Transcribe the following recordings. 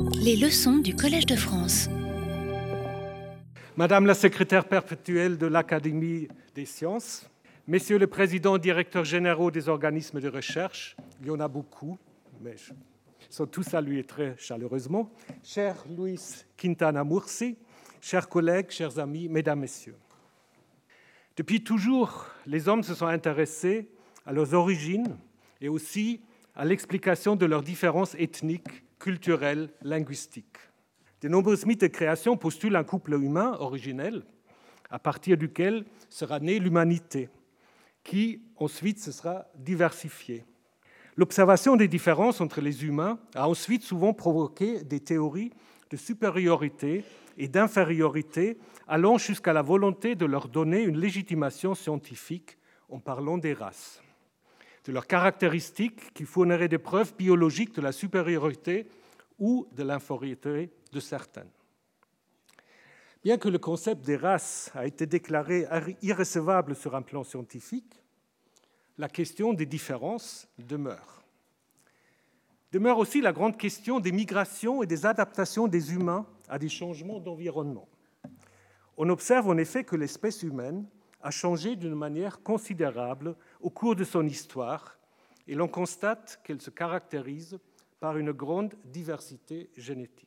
Les leçons du Collège de France. Madame la secrétaire perpétuelle de l'Académie des sciences, Messieurs les présidents et directeurs généraux des organismes de recherche, il y en a beaucoup, mais ils sont tous salués très chaleureusement, cher Luis Quintana Murci, chers collègues, chers amis, mesdames, messieurs. Depuis toujours, les hommes se sont intéressés à leurs origines et aussi à l'explication de leurs différences ethniques, culturelles, linguistiques. De nombreux mythes de création postulent un couple humain originel, à partir duquel sera née l'humanité, qui ensuite se sera diversifiée. L'observation des différences entre les humains a ensuite souvent provoqué des théories de supériorité et d'infériorité allant jusqu'à la volonté de leur donner une légitimation scientifique en parlant des races, de leurs caractéristiques qui fourniraient des preuves biologiques de la supériorité ou de l'infériorité de certaines. Bien que le concept des races a été déclaré irrecevable sur un plan scientifique, la question des différences demeure. Demeure aussi la grande question des migrations et des adaptations des humains à des changements d'environnement. On observe en effet que l'espèce humaine a changé d'une manière considérable au cours de son histoire et l'on constate qu'elle se caractérise par une grande diversité génétique.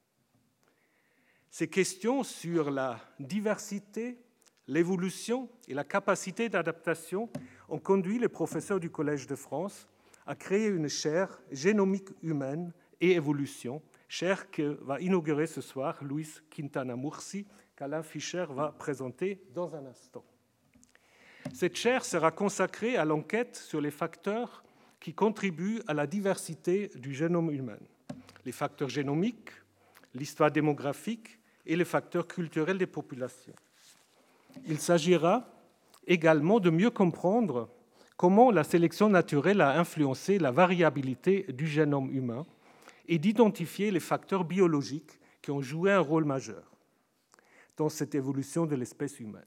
Ces questions sur la diversité, l'évolution et la capacité d'adaptation ont conduit les professeurs du Collège de France à créer une chaire génomique humaine et évolution, chaire que va inaugurer ce soir Luis Quintana Murci, qu'Alain Fischer va présenter dans un instant. Cette chaire sera consacrée à l'enquête sur les facteurs qui contribuent à la diversité du génome humain, les facteurs génomiques, l'histoire démographique et les facteurs culturels des populations. Il s'agira également de mieux comprendre comment la sélection naturelle a influencé la variabilité du génome humain et d'identifier les facteurs biologiques qui ont joué un rôle majeur dans cette évolution de l'espèce humaine.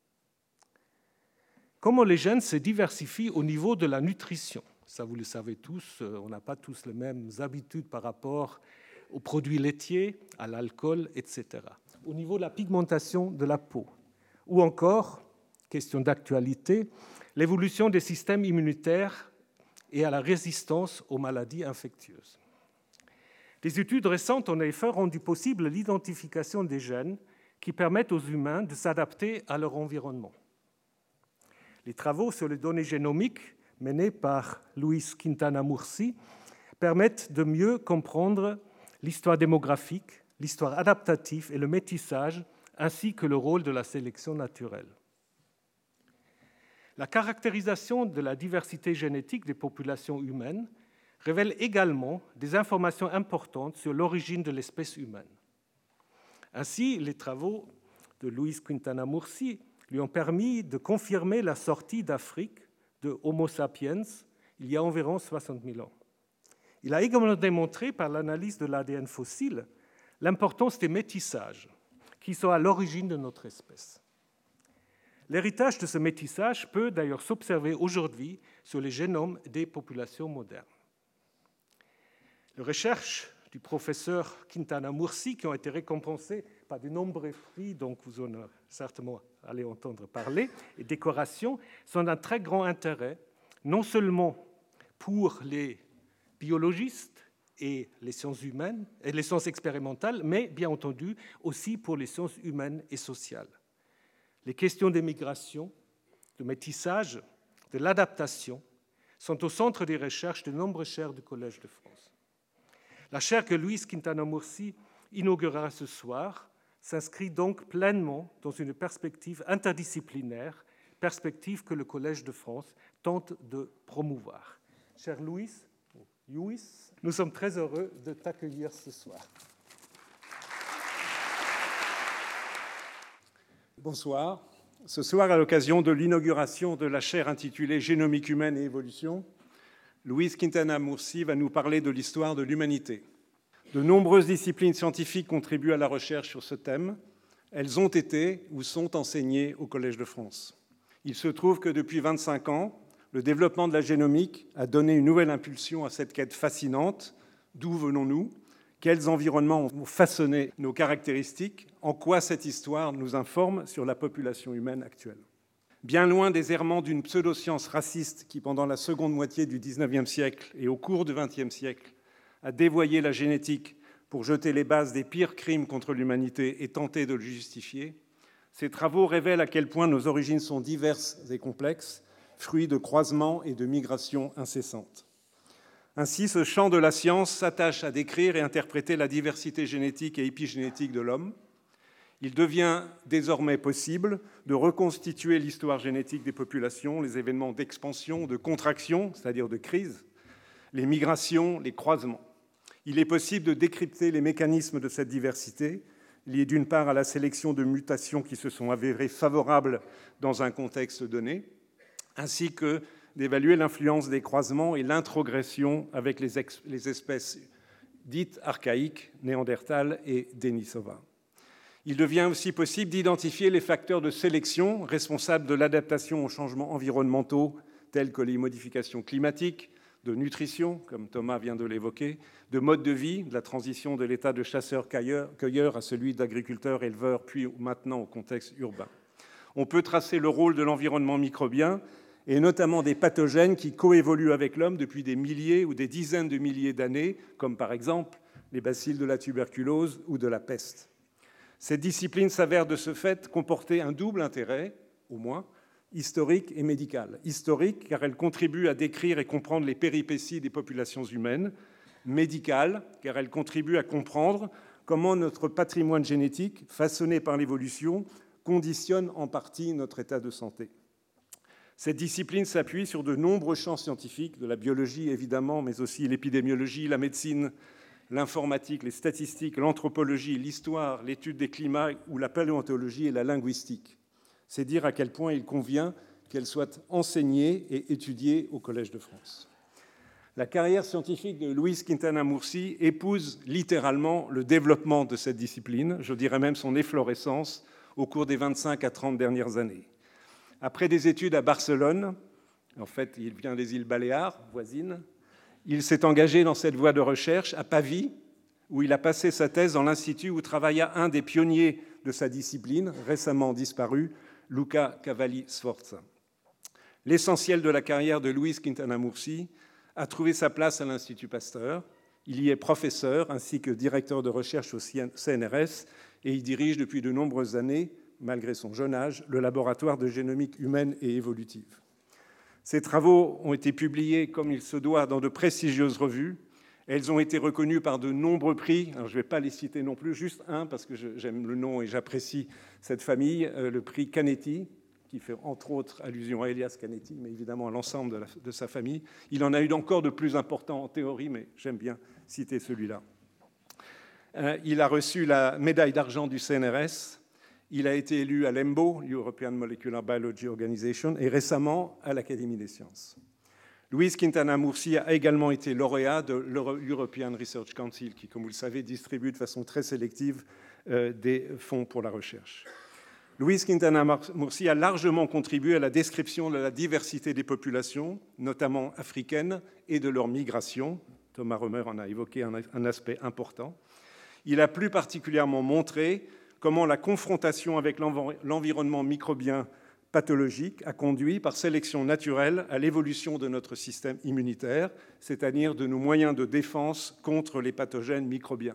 Comment les gènes se diversifient au niveau de la nutrition. Ça, vous le savez tous, on n'a pas tous les mêmes habitudes par rapport aux produits laitiers, à l'alcool, etc. Au niveau de la pigmentation de la peau. Ou encore, question d'actualité, l'évolution des systèmes immunitaires et à la résistance aux maladies infectieuses. Des études récentes ont en effet rendu possible l'identification des gènes qui permettent aux humains de s'adapter à leur environnement. Les travaux sur les données génomiques menés par Luis Quintana Murci permettent de mieux comprendre l'histoire démographique, l'histoire adaptative et le métissage, ainsi que le rôle de la sélection naturelle. La caractérisation de la diversité génétique des populations humaines révèle également des informations importantes sur l'origine de l'espèce humaine. Ainsi, les travaux de Luis Quintana Murci lui ont permis de confirmer la sortie d'Afrique de Homo sapiens il y a environ 60 000 ans. Il a également démontré par l'analyse de l'ADN fossile l'importance des métissages qui sont à l'origine de notre espèce. L'héritage de ce métissage peut d'ailleurs s'observer aujourd'hui sur les génomes des populations modernes. Les recherches du professeur Quintana Murci, qui ont été récompensées par de nombreux prix, dont vous en certainement allez entendre parler, et décorations, sont d'un très grand intérêt, non seulement pour les biologistes et les sciences humaines et les sciences expérimentales, mais bien entendu aussi pour les sciences humaines et sociales. Les questions des migrations, de métissage, de l'adaptation sont au centre des recherches de nombreuses chaires du Collège de France. La chaire que Luis Quintana Murci inaugurera ce soir s'inscrit donc pleinement dans une perspective interdisciplinaire, perspective que le Collège de France tente de promouvoir. Cher Luis, nous sommes très heureux de t'accueillir ce soir. Bonsoir. Ce soir, à l'occasion de l'inauguration de la chaire intitulée « Génomique humaine et évolution », Luis Quintana Murci va nous parler de l'histoire de l'humanité. De nombreuses disciplines scientifiques contribuent à la recherche sur ce thème. Elles ont été ou sont enseignées au Collège de France. Il se trouve que depuis 25 ans, le développement de la génomique a donné une nouvelle impulsion à cette quête fascinante. D'où venons-nous ? Quels environnements ont façonné nos caractéristiques? En quoi cette histoire nous informe sur la population humaine actuelle? Bien loin des errements d'une pseudo-science raciste qui, pendant la seconde moitié du XIXe siècle et au cours du XXe siècle, a dévoyé la génétique pour jeter les bases des pires crimes contre l'humanité et tenter de le justifier, ces travaux révèlent à quel point nos origines sont diverses et complexes, fruits de croisements et de migrations incessantes. Ainsi, ce champ de la science s'attache à décrire et interpréter la diversité génétique et épigénétique de l'homme. Il devient désormais possible de reconstituer l'histoire génétique des populations, les événements d'expansion, de contraction, c'est-à-dire de crise, les migrations, les croisements. Il est possible de décrypter les mécanismes de cette diversité, liés d'une part à la sélection de mutations qui se sont avérées favorables dans un contexte donné, ainsi que d'évaluer l'influence des croisements et l'introgression avec les espèces dites archaïques, Néandertal et Denisova. Il devient aussi possible d'identifier les facteurs de sélection responsables de l'adaptation aux changements environnementaux tels que les modifications climatiques, de nutrition, comme Thomas vient de l'évoquer, de mode de vie, de la transition de l'état de chasseur-cueilleur à celui d'agriculteur-éleveur, puis maintenant au contexte urbain. On peut tracer le rôle de l'environnement microbien et notamment des pathogènes qui coévoluent avec l'homme depuis des milliers ou des dizaines de milliers d'années, comme par exemple les bacilles de la tuberculose ou de la peste. Cette discipline s'avère de ce fait comporter un double intérêt, au moins, historique et médical. Historique, car elle contribue à décrire et comprendre les péripéties des populations humaines. Médical, car elle contribue à comprendre comment notre patrimoine génétique, façonné par l'évolution, conditionne en partie notre état de santé. Cette discipline s'appuie sur de nombreux champs scientifiques, de la biologie évidemment, mais aussi l'épidémiologie, la médecine, l'informatique, les statistiques, l'anthropologie, l'histoire, l'étude des climats ou la paléontologie et la linguistique. C'est dire à quel point il convient qu'elle soit enseignée et étudiée au Collège de France. La carrière scientifique de Luis Quintana Murci épouse littéralement le développement de cette discipline, je dirais même son efflorescence, au cours des 25 à 30 dernières années. Après des études à Barcelone, en fait il vient des îles Baléares, voisines, il s'est engagé dans cette voie de recherche à Pavie, où il a passé sa thèse dans l'institut où travailla un des pionniers de sa discipline, récemment disparu, Luca Cavalli-Sforza. L'essentiel de la carrière de Luis Quintana Murci a trouvé sa place à l'Institut Pasteur. Il y est professeur ainsi que directeur de recherche au CNRS et il dirige depuis de nombreuses années, malgré son jeune âge, le laboratoire de génomique humaine et évolutive. Ses travaux ont été publiés comme il se doit dans de prestigieuses revues. Elles ont été reconnues par de nombreux prix. Alors, je ne vais pas les citer non plus, juste un, parce que j'aime le nom et j'apprécie cette famille, le prix Canetti, qui fait entre autres allusion à Elias Canetti, mais évidemment à l'ensemble de sa famille. Il en a eu encore de plus importants en théorie, mais j'aime bien citer celui-là. Il a reçu la médaille d'argent du CNRS. Il a été élu à l'EMBO, European Molecular Biology Organization, et récemment à l'Académie des sciences. Luis Quintana Murci a également été lauréat de l'European Research Council, qui, comme vous le savez, distribue de façon très sélective des fonds pour la recherche. Luis Quintana Murci a largement contribué à la description de la diversité des populations, notamment africaines, et de leur migration. Thomas Römer en a évoqué un aspect important. Il a plus particulièrement montré comment la confrontation avec l'environnement microbien pathologique a conduit, par sélection naturelle, à l'évolution de notre système immunitaire, c'est-à-dire de nos moyens de défense contre les pathogènes microbiens.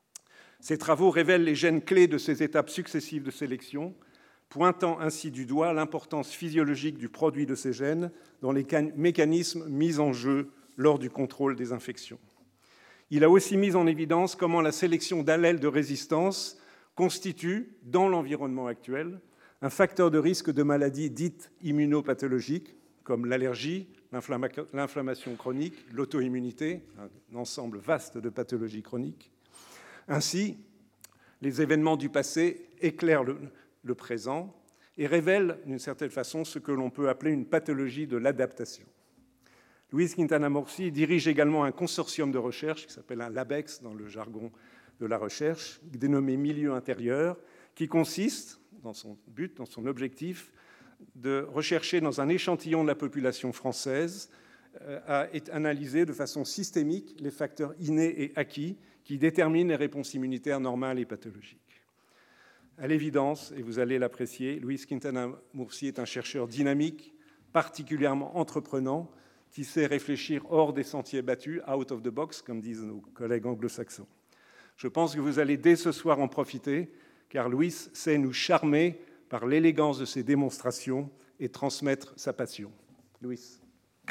Ces travaux révèlent les gènes clés de ces étapes successives de sélection, pointant ainsi du doigt l'importance physiologique du produit de ces gènes dans les mécanismes mis en jeu lors du contrôle des infections. Il a aussi mis en évidence comment la sélection d'allèles de résistance constitue, dans l'environnement actuel, un facteur de risque de maladies dites immunopathologiques, comme l'allergie, l'inflammation chronique, l'auto-immunité, un ensemble vaste de pathologies chroniques. Ainsi, les événements du passé éclairent le présent et révèlent, d'une certaine façon, ce que l'on peut appeler une pathologie de l'adaptation. Luis Quintana Murci dirige également un consortium de recherche qui s'appelle un LABEX dans le jargon de la recherche, dénommé Milieu intérieur, qui consiste, dans son but, dans son objectif, de rechercher dans un échantillon de la population française à analyser de façon systémique les facteurs innés et acquis qui détermine les réponses immunitaires normales et pathologiques. À l'évidence, et vous allez l'apprécier, Luis Quintana Murci est un chercheur dynamique, particulièrement entreprenant, qui sait réfléchir hors des sentiers battus, out of the box, comme disent nos collègues anglo-saxons. Je pense que vous allez dès ce soir en profiter, car Luis sait nous charmer par l'élégance de ses démonstrations et transmettre sa passion. Luis.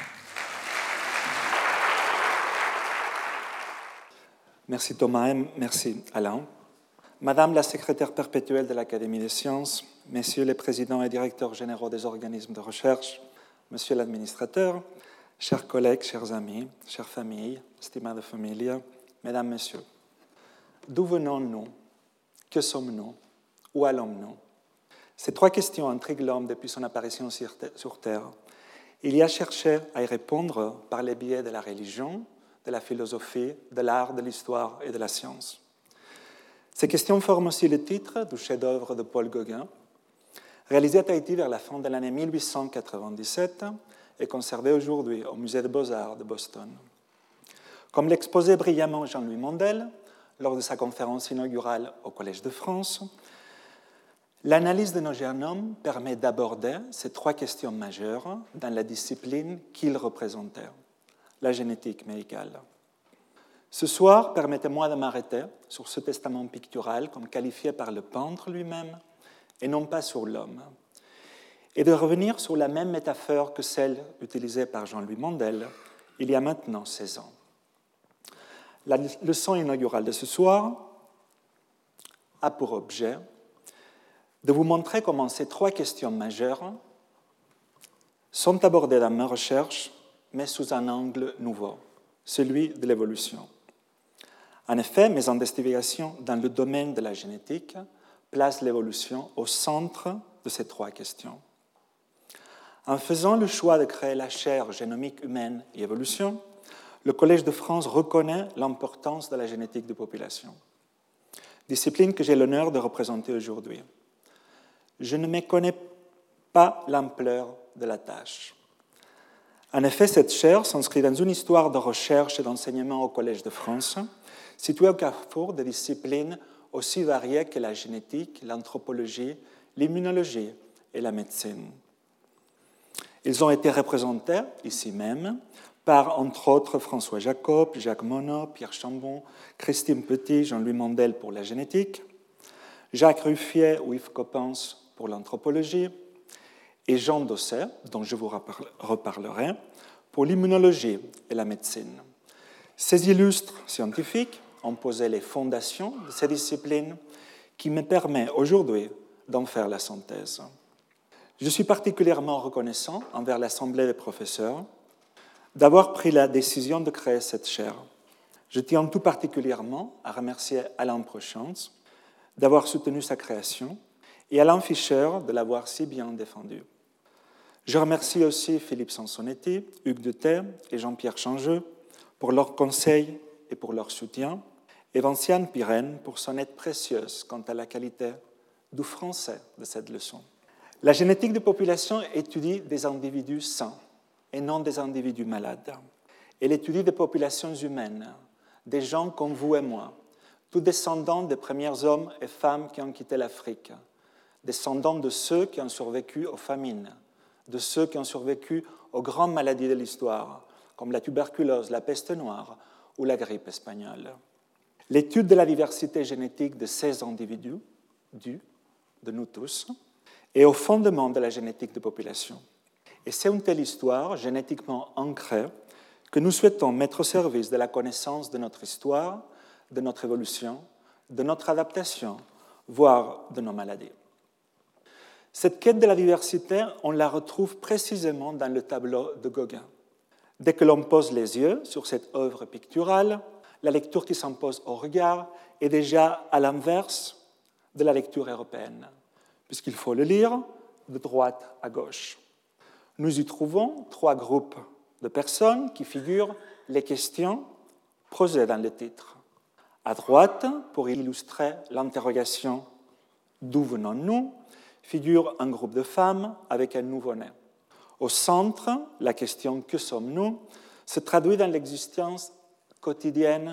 Merci Thomas et merci Alain. Madame la secrétaire perpétuelle de l'Académie des sciences, messieurs les présidents et directeurs généraux des organismes de recherche, monsieur l'administrateur, chers collègues, chers amis, chères familles, estimada familia, mesdames, messieurs, d'où venons-nous? Que sommes-nous? Où allons-nous? Ces trois questions intriguent l'homme depuis son apparition sur Terre. Il y a cherché à y répondre par les biais de la religion, de la philosophie, de l'art, de l'histoire et de la science. Ces questions forment aussi le titre du chef-d'œuvre de Paul Gauguin, réalisé à Tahiti vers la fin de l'année 1897 et conservé aujourd'hui au Musée des Beaux-Arts de Boston. Comme l'exposait brillamment Jean-Louis Mondel lors de sa conférence inaugurale au Collège de France, l'analyse de nos génomes permet d'aborder ces trois questions majeures dans la discipline qu'ils représentaient, la génétique médicale. Ce soir, permettez-moi de m'arrêter sur ce testament pictural comme qualifié par le peintre lui-même et non pas sur l'homme, et de revenir sur la même métaphore que celle utilisée par Jean-Louis Mondel il y a maintenant 16 ans. La leçon inaugurale de ce soir a pour objet de vous montrer comment ces trois questions majeures sont abordées dans mes recherches, mais sous un angle nouveau, celui de l'évolution. En effet, mes investigations dans le domaine de la génétique placent l'évolution au centre de ces trois questions. En faisant le choix de créer la chaire génomique humaine et évolution, le Collège de France reconnaît l'importance de la génétique de population, discipline que j'ai l'honneur de représenter aujourd'hui. Je ne méconnais pas l'ampleur de la tâche. En effet, cette chaire s'inscrit dans une histoire de recherche et d'enseignement au Collège de France, située au carrefour de disciplines aussi variées que la génétique, l'anthropologie, l'immunologie et la médecine. Ils ont été représentés, ici même, par, entre autres, François Jacob, Jacques Monod, Pierre Chambon, Christine Petit, Jean-Louis Mondel pour la génétique, Jacques Ruffier ou Yves Coppens pour l'anthropologie, et Jean Dosset, dont je vous reparlerai, pour l'immunologie et la médecine. Ces illustres scientifiques ont posé les fondations de ces disciplines qui me permettent aujourd'hui d'en faire la synthèse. Je suis particulièrement reconnaissant envers l'Assemblée des professeurs d'avoir pris la décision de créer cette chaire. Je tiens tout particulièrement à remercier Alain Prochance d'avoir soutenu sa création et Alain Fischer de l'avoir si bien défendue. Je remercie aussi Philippe Sansonetti, Hugues Deterre et Jean-Pierre Changeux pour leurs conseils et pour leur soutien, et Vinciane Pirenne pour son aide précieuse quant à la qualité du français de cette leçon. La génétique de population étudie des individus sains et non des individus malades. Elle étudie des populations humaines, des gens comme vous et moi, tous descendants des premiers hommes et femmes qui ont quitté l'Afrique, descendants de ceux qui ont survécu aux famines, de ceux qui ont survécu aux grandes maladies de l'histoire, comme la tuberculose, la peste noire ou la grippe espagnole. L'étude de la diversité génétique de ces individus, de nous tous, est au fondement de la génétique de population. Et c'est une telle histoire génétiquement ancrée que nous souhaitons mettre au service de la connaissance de notre histoire, de notre évolution, de notre adaptation, voire de nos maladies. Cette quête de la diversité, on la retrouve précisément dans le tableau de Gauguin. Dès que l'on pose les yeux sur cette œuvre picturale, la lecture qui s'impose au regard est déjà à l'inverse de la lecture européenne, puisqu'il faut le lire de droite à gauche. Nous y trouvons trois groupes de personnes qui figurent les questions posées dans le titre. À droite, pour illustrer l'interrogation « D'où venons-nous ?», figure un groupe de femmes avec un nouveau-né. Au centre, la question « Que sommes-nous ?» se traduit dans l'existence quotidienne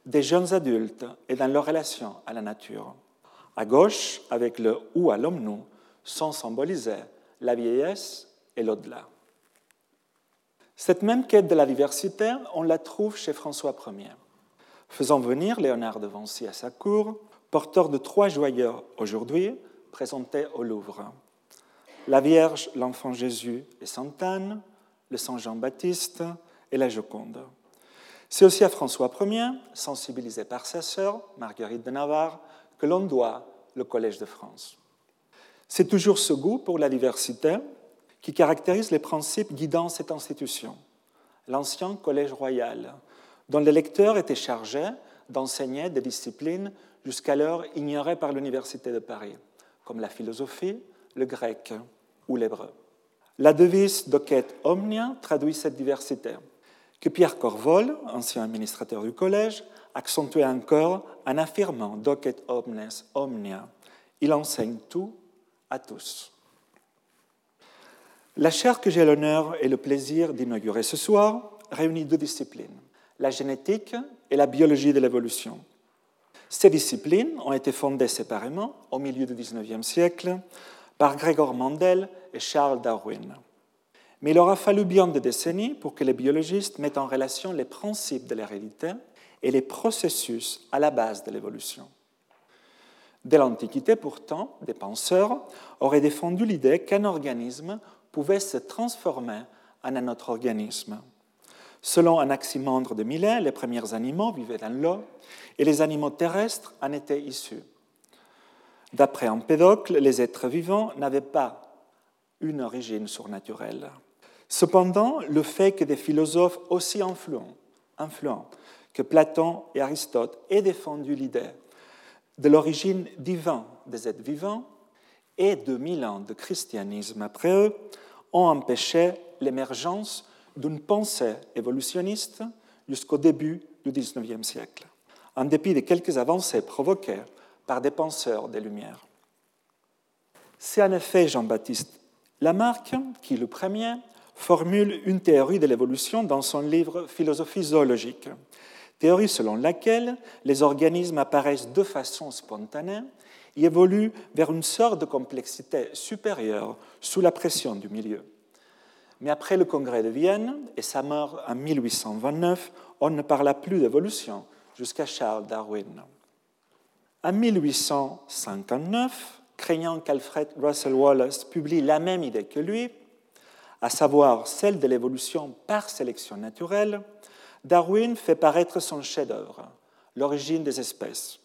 des jeunes adultes et dans leur relation à la nature. À gauche, avec le « où allons-nous » sont symbolisés la vieillesse et l'au-delà. Cette même quête de la diversité, on la trouve chez François Ier. Faisant venir Léonard de Vinci à sa cour, porteur de 3 joyaux aujourd'hui, présentés au Louvre. La Vierge, l'Enfant Jésus et Sainte Anne, le Saint Jean-Baptiste et la Joconde. C'est aussi à François Ier, sensibilisé par sa sœur, Marguerite de Navarre, que l'on doit le Collège de France. C'est toujours ce goût pour la diversité qui caractérise les principes guidant cette institution, l'ancien Collège royal, dont les lecteurs étaient chargés d'enseigner des disciplines jusqu'alors ignorées par l'Université de Paris, comme la philosophie, le grec ou l'hébreu. La devise Docet Omnia traduit cette diversité, que Pierre Corvol, ancien administrateur du collège, accentuait encore en affirmant Docet omnes omnia. Il enseigne tout à tous. La chaire que j'ai l'honneur et le plaisir d'inaugurer ce soir réunit 2 disciplines, la génétique et la biologie de l'évolution. Ces disciplines ont été fondées séparément au milieu du XIXe siècle par Gregor Mendel et Charles Darwin. Mais il aura fallu bien des décennies pour que les biologistes mettent en relation les principes de l'hérédité et les processus à la base de l'évolution. Dès l'Antiquité, pourtant, des penseurs auraient défendu l'idée qu'un organisme pouvait se transformer en un autre organisme. Selon Anaximandre de Milet, les premiers animaux vivaient dans l'eau et les animaux terrestres en étaient issus. D'après Empédocle, les êtres vivants n'avaient pas une origine surnaturelle. Cependant, le fait que des philosophes aussi influents que Platon et Aristote aient défendu l'idée de l'origine divine des êtres vivants et 2000 ans de christianisme après eux ont empêché l'émergence d'une pensée évolutionniste jusqu'au début du XIXe siècle, en dépit de quelques avancées provoquées par des penseurs des Lumières. C'est en effet Jean-Baptiste Lamarck qui, le premier, formule une théorie de l'évolution dans son livre Philosophie zoologique, théorie selon laquelle les organismes apparaissent de façon spontanée et évoluent vers une sorte de complexité supérieure sous la pression du milieu. Mais après le congrès de Vienne et sa mort en 1829, on ne parla plus d'évolution jusqu'à Charles Darwin. En 1859, craignant qu'Alfred Russel Wallace publie la même idée que lui, à savoir celle de l'évolution par sélection naturelle, Darwin fait paraître son chef-d'œuvre, L'origine des espèces.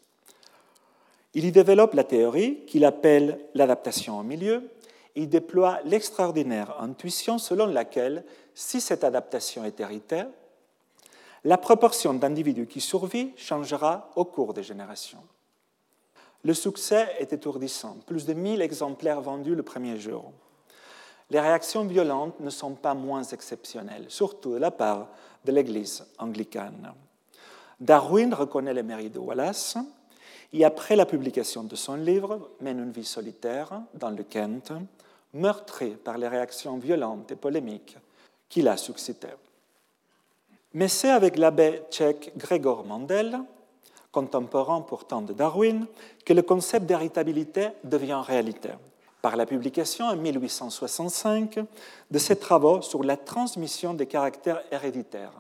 Il y développe la théorie qu'il appelle l'adaptation au milieu et il déploie l'extraordinaire intuition selon laquelle, si cette adaptation est héritée, la proportion d'individus qui survit changera au cours des générations. Le succès est étourdissant, plus de 1000 exemplaires vendus le premier jour. Les réactions violentes ne sont pas moins exceptionnelles, surtout de la part de l'Église anglicane. Darwin reconnaît les mérites de Wallace et après la publication de son livre « Mène une vie solitaire » dans le Kent, meurtri par les réactions violentes et polémiques qu'il a suscitées. Mais c'est avec l'abbé tchèque Gregor Mendel, contemporain pourtant de Darwin, que le concept d'héritabilité devient réalité, par la publication en 1865 de ses travaux sur la transmission des caractères héréditaires.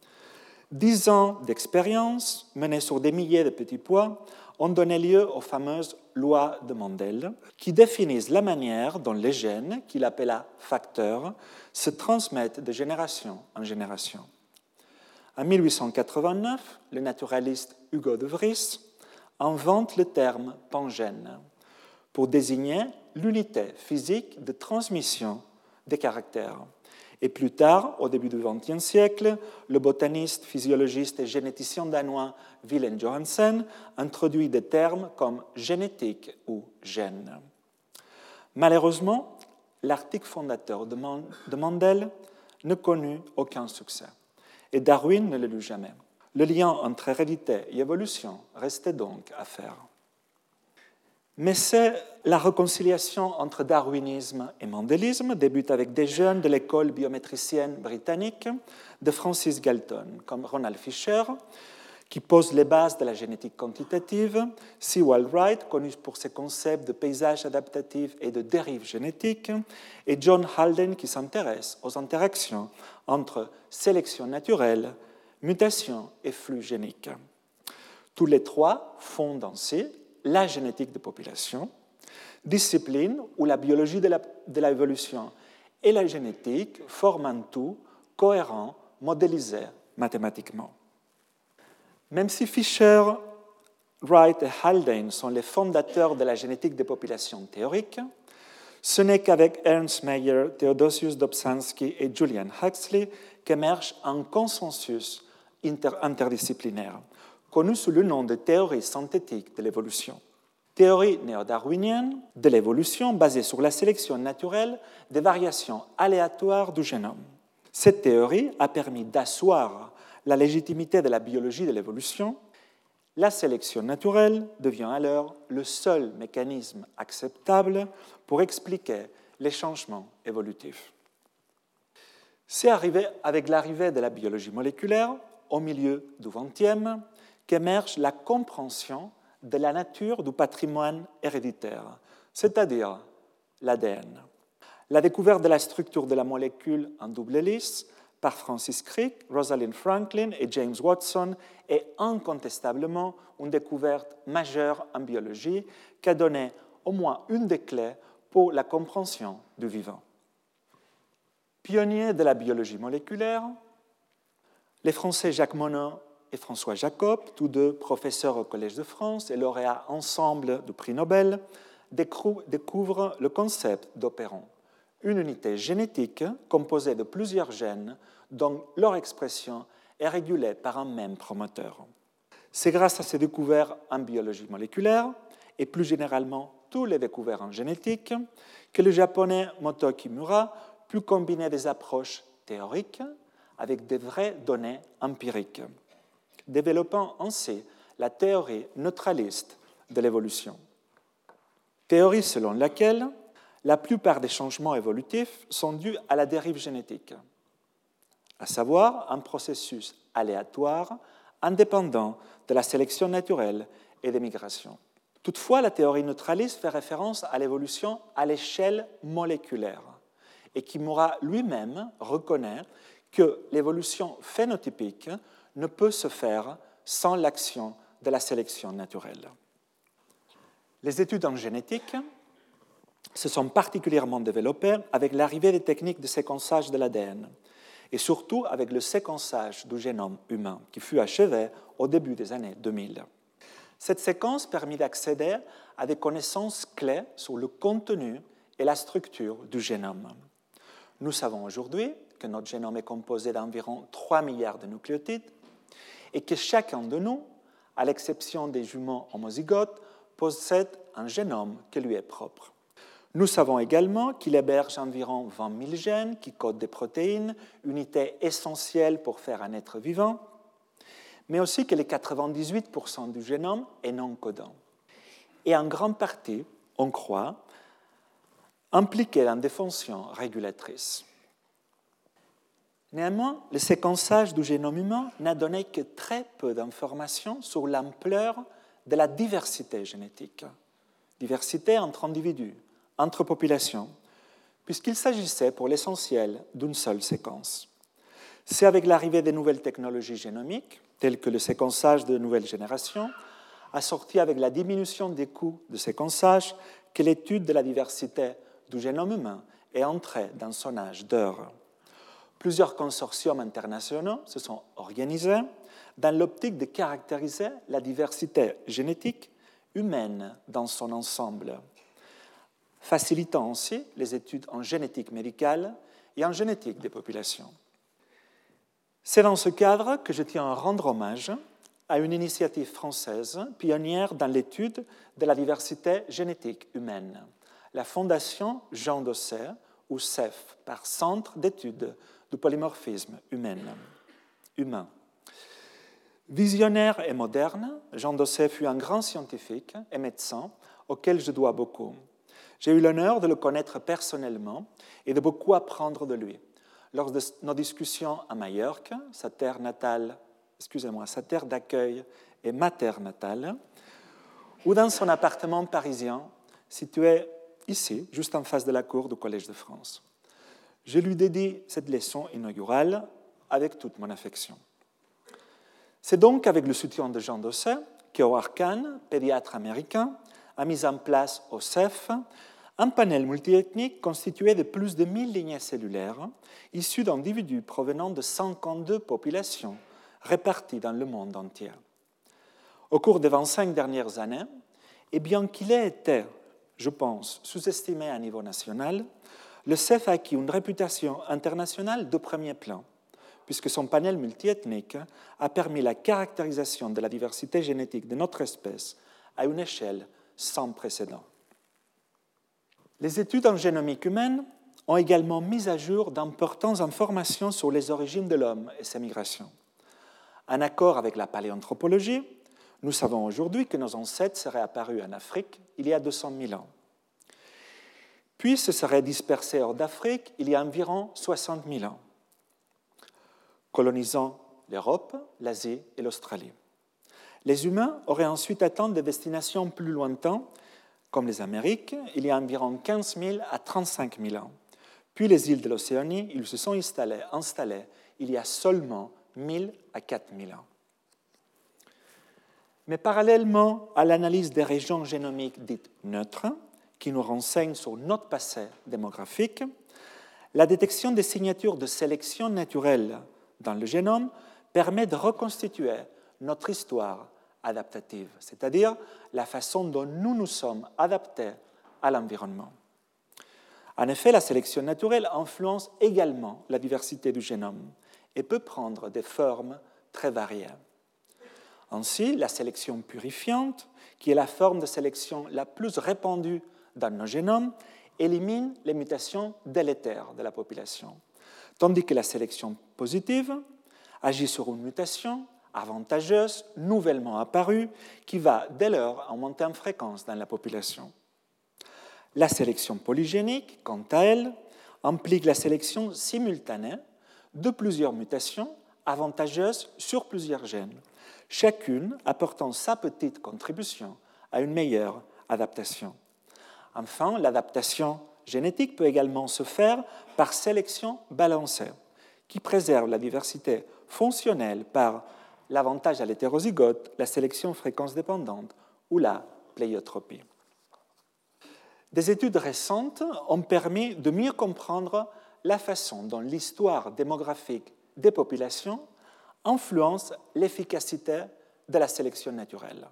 10 ans d'expérience menée sur des milliers de petits pois ont donné lieu aux fameuses lois de Mendel, qui définissent la manière dont les gènes, qu'il appela facteurs, se transmettent de génération en génération. En 1889, le naturaliste Hugo de Vries invente le terme pangène pour désigner l'unité physique de transmission des caractères. Et plus tard, au début du XXe siècle, le botaniste, physiologiste et généticien danois Wilhelm Johannsen introduit des termes comme génétique ou gène. Malheureusement, l'article fondateur de Mendel ne connut aucun succès. Et Darwin ne le lut jamais. Le lien entre hérédité et évolution restait donc à faire. Mais c'est la réconciliation entre darwinisme et mendélisme débute avec des jeunes de l'école biométricienne britannique de Francis Galton, comme Ronald Fisher, qui pose les bases de la génétique quantitative, Sewell Wright, connu pour ses concepts de paysage adaptatif et de dérive génétique, et John Haldane, qui s'intéresse aux interactions entre sélection naturelle, mutation et flux génique. Tous les trois fondent ainsi la génétique de population, discipline où la biologie de l'évolution et la génétique forment un tout cohérent, modélisé mathématiquement. Même si Fisher, Wright et Haldane sont les fondateurs de la génétique des populations théoriques, ce n'est qu'avec Ernst Mayr, Theodosius Dobzhansky et Julian Huxley qu'émerge un consensus interdisciplinaire, connu sous le nom de théorie synthétique de l'évolution. Théorie néo-darwinienne de l'évolution basée sur la sélection naturelle des variations aléatoires du génome. Cette théorie a permis d'asseoir la légitimité de la biologie de l'évolution. La sélection naturelle devient alors le seul mécanisme acceptable pour expliquer les changements évolutifs. C'est avec l'arrivée de la biologie moléculaire, au milieu du XXe, qu'émerge la compréhension de la nature du patrimoine héréditaire, c'est-à-dire l'ADN. La découverte de la structure de la molécule en double hélice par Francis Crick, Rosalind Franklin et James Watson est incontestablement une découverte majeure en biologie qui a donné au moins une des clés pour la compréhension du vivant. Pionniers de la biologie moléculaire, les Français Jacques Monod et François Jacob, tous deux professeurs au Collège de France et lauréats ensemble du prix Nobel, découvrent le concept d'opéron, une unité génétique composée de plusieurs gènes dont leur expression est régulée par un même promoteur. C'est grâce à ces découvertes en biologie moléculaire et plus généralement tous les découvertes en génétique que le japonais Moto Kimura put combiner des approches théoriques avec des vraies données empiriques, développant ainsi la théorie neutraliste de l'évolution. Théorie selon laquelle la plupart des changements évolutifs sont dus à la dérive génétique, à savoir un processus aléatoire indépendant de la sélection naturelle et des migrations. Toutefois, la théorie neutraliste fait référence à l'évolution à l'échelle moléculaire et Kimura lui-même reconnaît que l'évolution phénotypique ne peut se faire sans l'action de la sélection naturelle. Les études en génétique se sont particulièrement développées avec l'arrivée des techniques de séquençage de l'ADN et surtout avec le séquençage du génome humain qui fut achevé au début des années 2000. Cette séquence permit d'accéder à des connaissances clés sur le contenu et la structure du génome. Nous savons aujourd'hui que notre génome est composé d'environ 3 milliards de nucléotides et que chacun de nous, à l'exception des jumeaux homozygotes, possède un génome qui lui est propre. Nous savons également qu'il héberge environ 20 000 gènes qui codent des protéines, unité essentielle pour faire un être vivant, mais aussi que les 98% du génome est non codant. Et en grande partie, on croit, impliqué dans des fonctions régulatrices. Néanmoins, le séquençage du génome humain n'a donné que très peu d'informations sur l'ampleur de la diversité génétique, diversité entre individus, entre populations, puisqu'il s'agissait pour l'essentiel d'une seule séquence. C'est avec l'arrivée des nouvelles technologies génomiques, telles que le séquençage de nouvelles générations, assorti avec la diminution des coûts de séquençage, que l'étude de la diversité du génome humain est entrée dans son âge d'or. Plusieurs consortiums internationaux se sont organisés dans l'optique de caractériser la diversité génétique humaine dans son ensemble, facilitant ainsi les études en génétique médicale et en génétique des populations. C'est dans ce cadre que je tiens à rendre hommage à une initiative française pionnière dans l'étude de la diversité génétique humaine, la Fondation Jean Dosset, ou CEF, par Centre d'études du polymorphisme humain. Visionnaire et moderne, Jean Dosset fut un grand scientifique et médecin auquel je dois beaucoup. J'ai eu l'honneur de le connaître personnellement et de beaucoup apprendre de lui. Lors de nos discussions à Majorque, sa terre natale sa terre d'accueil et ma terre natale, ou dans son appartement parisien situé ici, juste en face de la cour du Collège de France. Je lui dédie cette leçon inaugurale avec toute mon affection. C'est donc avec le soutien de Jean Dosset qu'Howard Kahn, pédiatre américain, a mis en place au CEF un panel multiethnique constitué de plus de 1000 lignées cellulaires issues d'individus provenant de 52 populations réparties dans le monde entier. Au cours des 25 dernières années, et bien qu'il ait été, je pense, sous-estimé à niveau national, le CEF a acquis une réputation internationale de premier plan, puisque son panel multiethnique a permis la caractérisation de la diversité génétique de notre espèce à une échelle sans précédent. Les études en génomique humaine ont également mis à jour d'importantes informations sur les origines de l'homme et ses migrations. En accord avec la paléanthropologie, nous savons aujourd'hui que nos ancêtres seraient apparus en Afrique il y a 200 000 ans. Puis se seraient dispersés hors d'Afrique il y a environ 60 000 ans, colonisant l'Europe, l'Asie et l'Australie. Les humains auraient ensuite atteint des destinations plus lointaines, comme les Amériques, il y a environ 15 000 à 35 000 ans. Puis les îles de l'Océanie, ils se sont installés il y a seulement 1000 à 4000 ans. Mais parallèlement à l'analyse des régions génomiques dites neutres, qui nous renseignent sur notre passé démographique, la détection des signatures de sélection naturelle dans le génome permet de reconstituer notre histoire adaptative, c'est-à-dire la façon dont nous nous sommes adaptés à l'environnement. En effet, la sélection naturelle influence également la diversité du génome et peut prendre des formes très variées. Ainsi, la sélection purifiante, qui est la forme de sélection la plus répandue dans nos génomes, élimine les mutations délétères de la population, tandis que la sélection positive agit sur une mutation avantageuse, nouvellement apparue, qui va dès lors augmenter en fréquence dans la population. La sélection polygénique, quant à elle, implique la sélection simultanée de plusieurs mutations avantageuses sur plusieurs gènes, chacune apportant sa petite contribution à une meilleure adaptation. Enfin, l'adaptation génétique peut également se faire par sélection balancée, qui préserve la diversité fonctionnelle par l'avantage à l'hétérozygote, la sélection fréquence dépendante ou la pléiotropie. Des études récentes ont permis de mieux comprendre la façon dont l'histoire démographique des populations influence l'efficacité de la sélection naturelle.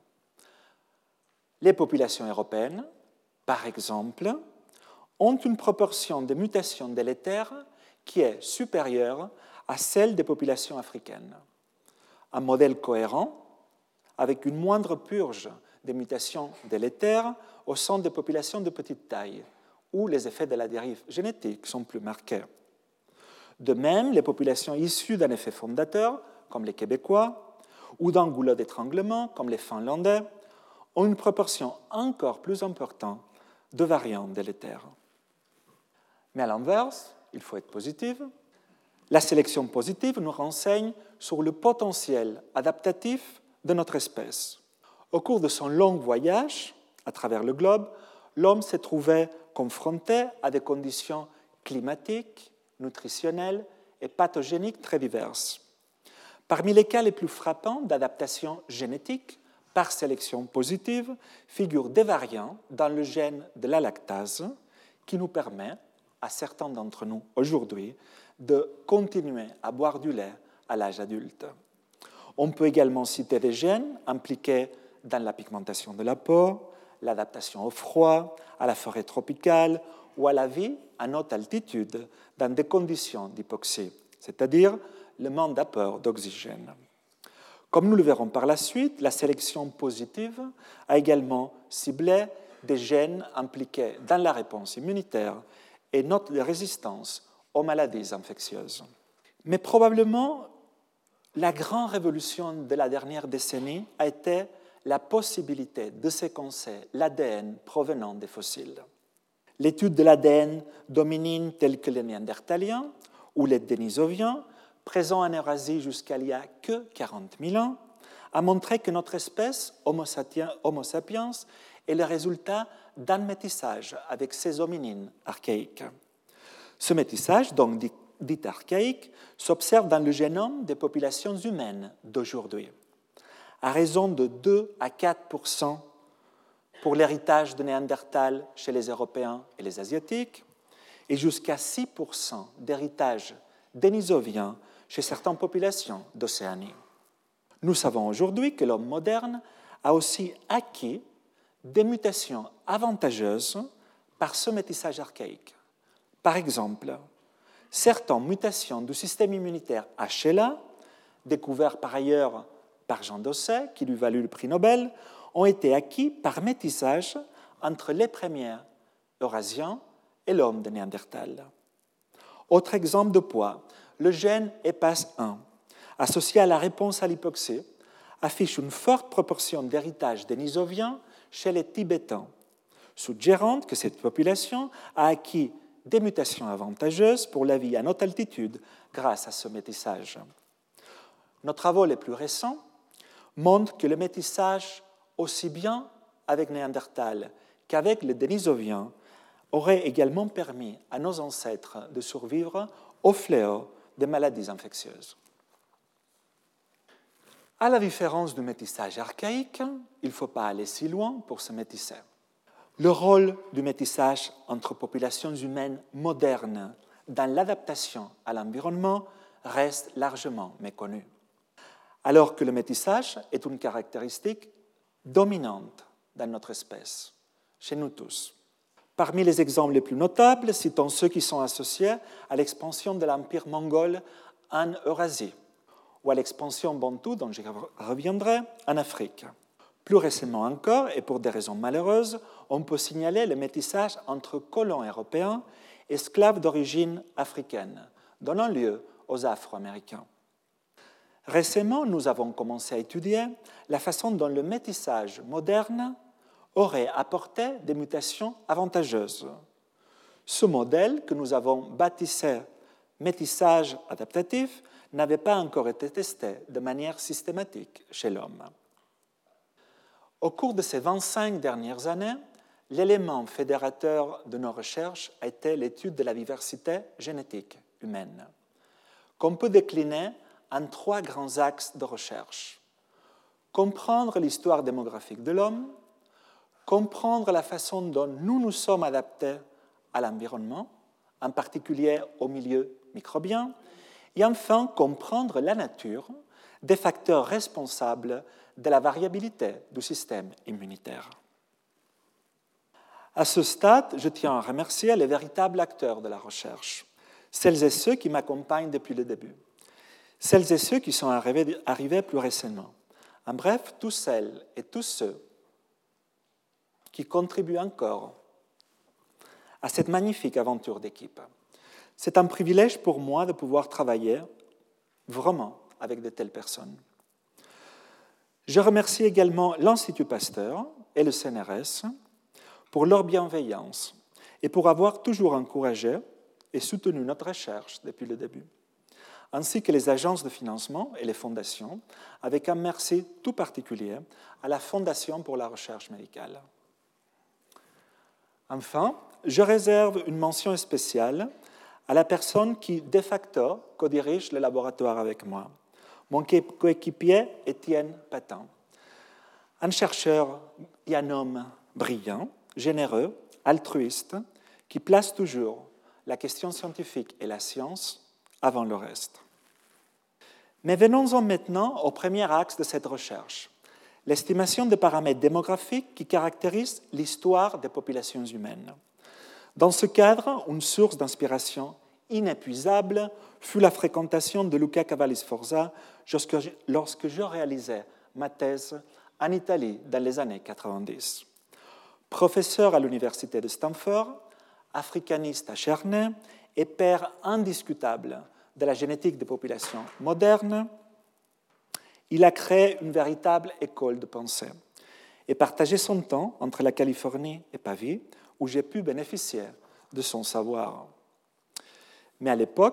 Les populations européennes, par exemple, ont une proportion de mutations délétères qui est supérieure à celle des populations africaines. Un modèle cohérent, avec une moindre purge des mutations délétères au sein des populations de petite taille, où les effets de la dérive génétique sont plus marqués. De même, les populations issues d'un effet fondateur, comme les Québécois, ou d'un goulot d'étranglement, comme les Finlandais, ont une proportion encore plus importante de variants délétères. Mais à l'inverse, il faut être positif, la sélection positive nous renseigne sur le potentiel adaptatif de notre espèce. Au cours de son long voyage à travers le globe, l'homme s'est trouvé confronté à des conditions climatiques, nutritionnelles et pathogéniques très diverses, parmi lesquelles les plus frappants d'adaptation génétique par sélection positive figurent des variants dans le gène de la lactase qui nous permet, à certains d'entre nous aujourd'hui, de continuer à boire du lait à l'âge adulte. On peut également citer des gènes impliqués dans la pigmentation de la peau, l'adaptation au froid, à la forêt tropicale ou à la vie à haute altitude dans des conditions d'hypoxie, c'est-à-dire le manque d'apport d'oxygène. Comme nous le verrons par la suite, la sélection positive a également ciblé des gènes impliqués dans la réponse immunitaire et notre résistance aux maladies infectieuses. Mais probablement, la grande révolution de la dernière décennie a été la possibilité de séquencer l'ADN provenant des fossiles. L'étude de l'ADN d'hominines tels que les Néandertaliens ou les Denisoviens présent en Eurasie jusqu'à il y a que 40 000 ans, a montré que notre espèce, Homo sapiens, est le résultat d'un métissage avec ces hominines archaïques. Ce métissage, donc dit archaïque, s'observe dans le génome des populations humaines d'aujourd'hui, à raison de 2 à 4% pour l'héritage de Néandertal chez les Européens et les Asiatiques, et jusqu'à 6% d'héritage dénisovien chez certaines populations d'Océanie. Nous savons aujourd'hui que l'homme moderne a aussi acquis des mutations avantageuses par ce métissage archaïque. Par exemple, certaines mutations du système immunitaire HLA, découvertes par ailleurs par Jean Dosset, qui lui valut le prix Nobel, ont été acquis par métissage entre les premiers Eurasiens et l'homme de Néandertal. Autre exemple de poids, le gène EPAS1, associé à la réponse à l'hypoxie, affiche une forte proportion d'héritage dénisovien chez les Tibétains, suggérant que cette population a acquis des mutations avantageuses pour la vie à haute altitude grâce à ce métissage. Nos travaux les plus récents montrent que le métissage, aussi bien avec Néandertal qu'avec les Dénisoviens, aurait également permis à nos ancêtres de survivre au fléau des maladies infectieuses. À la différence du métissage archaïque, il ne faut pas aller si loin pour se métisser. Le rôle du métissage entre populations humaines modernes dans l'adaptation à l'environnement reste largement méconnu, alors que le métissage est une caractéristique dominante dans notre espèce, chez nous tous. Parmi les exemples les plus notables, citons ceux qui sont associés à l'expansion de l'empire mongol en Eurasie ou à l'expansion bantoue, dont je reviendrai, en Afrique. Plus récemment encore, et pour des raisons malheureuses, on peut signaler le métissage entre colons européens et esclaves d'origine africaine, donnant lieu aux Afro-Américains. Récemment, nous avons commencé à étudier la façon dont le métissage moderne aurait apporté des mutations avantageuses. Ce modèle, que nous avons baptisé métissage adaptatif, n'avait pas encore été testé de manière systématique chez l'homme. Au cours de ces 25 dernières années, l'élément fédérateur de nos recherches a été l'étude de la diversité génétique humaine, qu'on peut décliner en 3 grands axes de recherche. Comprendre l'histoire démographique de l'homme, comprendre la façon dont nous nous sommes adaptés à l'environnement, en particulier au milieu microbien, et enfin comprendre la nature des facteurs responsables de la variabilité du système immunitaire. À ce stade, je tiens à remercier les véritables acteurs de la recherche, celles et ceux qui m'accompagnent depuis le début, celles et ceux qui sont arrivés plus récemment. En bref, tous celles et tous ceux qui contribuent encore à cette magnifique aventure d'équipe. C'est un privilège pour moi de pouvoir travailler vraiment avec de telles personnes. Je remercie également l'Institut Pasteur et le CNRS pour leur bienveillance et pour avoir toujours encouragé et soutenu notre recherche depuis le début, ainsi que les agences de financement et les fondations, avec un merci tout particulier à la Fondation pour la recherche médicale. Enfin, je réserve une mention spéciale à la personne qui, de facto, co-dirige le laboratoire avec moi, mon coéquipier Étienne Patin, un chercheur et un homme brillant, généreux, altruiste, qui place toujours la question scientifique et la science avant le reste. Mais venons-en maintenant au premier axe de cette recherche, l'estimation des paramètres démographiques qui caractérisent l'histoire des populations humaines. Dans ce cadre, une source d'inspiration inépuisable fut la fréquentation de Luca Cavalli-Sforza lorsque je réalisais ma thèse en Italie dans les années 90. Professeur à l'université de Stanford, africaniste acharné et père indiscutable de la génétique des populations modernes, il a créé une véritable école de pensée et partagé son temps entre la Californie et Pavie, où j'ai pu bénéficier de son savoir. Mais à l'époque,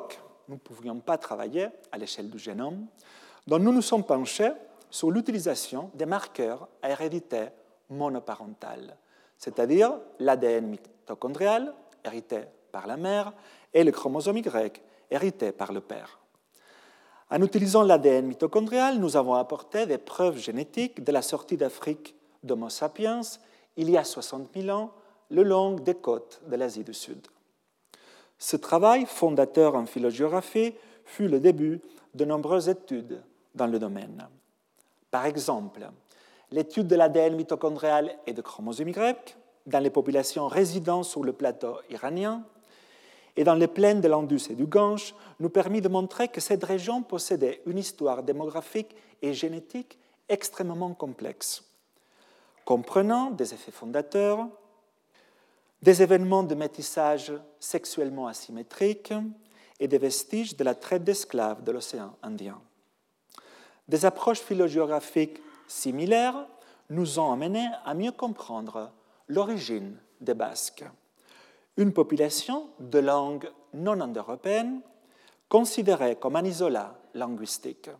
nous ne pouvions pas travailler à l'échelle du génome, donc nous nous sommes penchés sur l'utilisation des marqueurs à hérédité monoparentale, c'est-à-dire l'ADN mitochondrial hérité par la mère et le chromosome Y hérité par le père. En utilisant l'ADN mitochondrial, nous avons apporté des preuves génétiques de la sortie d'Afrique d'Homo sapiens il y a 60 000 ans, le long des côtes de l'Asie du Sud. Ce travail, fondateur en phylogéographie, fut le début de nombreuses études dans le domaine. Par exemple, l'étude de l'ADN mitochondrial et de chromosome Y dans les populations résidant sur le plateau iranien et dans les plaines de l'Indus et du Gange nous permit de montrer que cette région possédait une histoire démographique et génétique extrêmement complexe, comprenant des effets fondateurs, des événements de métissage sexuellement asymétriques et des vestiges de la traite d'esclaves de l'océan Indien. Des approches phylogéographiques similaires nous ont amenés à mieux comprendre l'origine des Basques, une population de langue non indo-européenne considérée comme un isolat linguistique.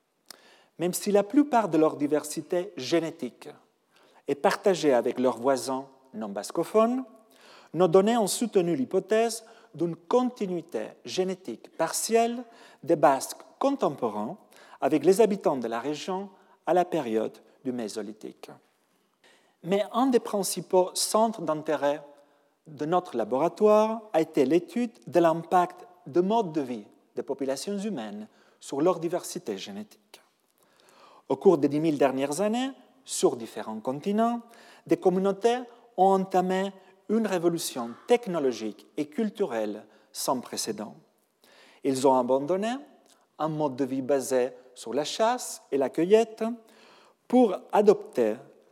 Même si la plupart de leur diversité génétique est partagée avec leurs voisins non bascophones, nos données ont soutenu l'hypothèse d'une continuité génétique partielle des Basques contemporains avec les habitants de la région à la période du Mésolithique. Mais un des principaux centres d'intérêt de notre laboratoire a été l'étude de l'impact de mode de vie des populations humaines sur leur diversité génétique. Au cours des 10 000 dernières années, sur différents continents, des communautés ont entamé une révolution technologique et culturelle sans précédent. Ils ont abandonné un mode de vie basé sur la chasse et la cueillette pour adopter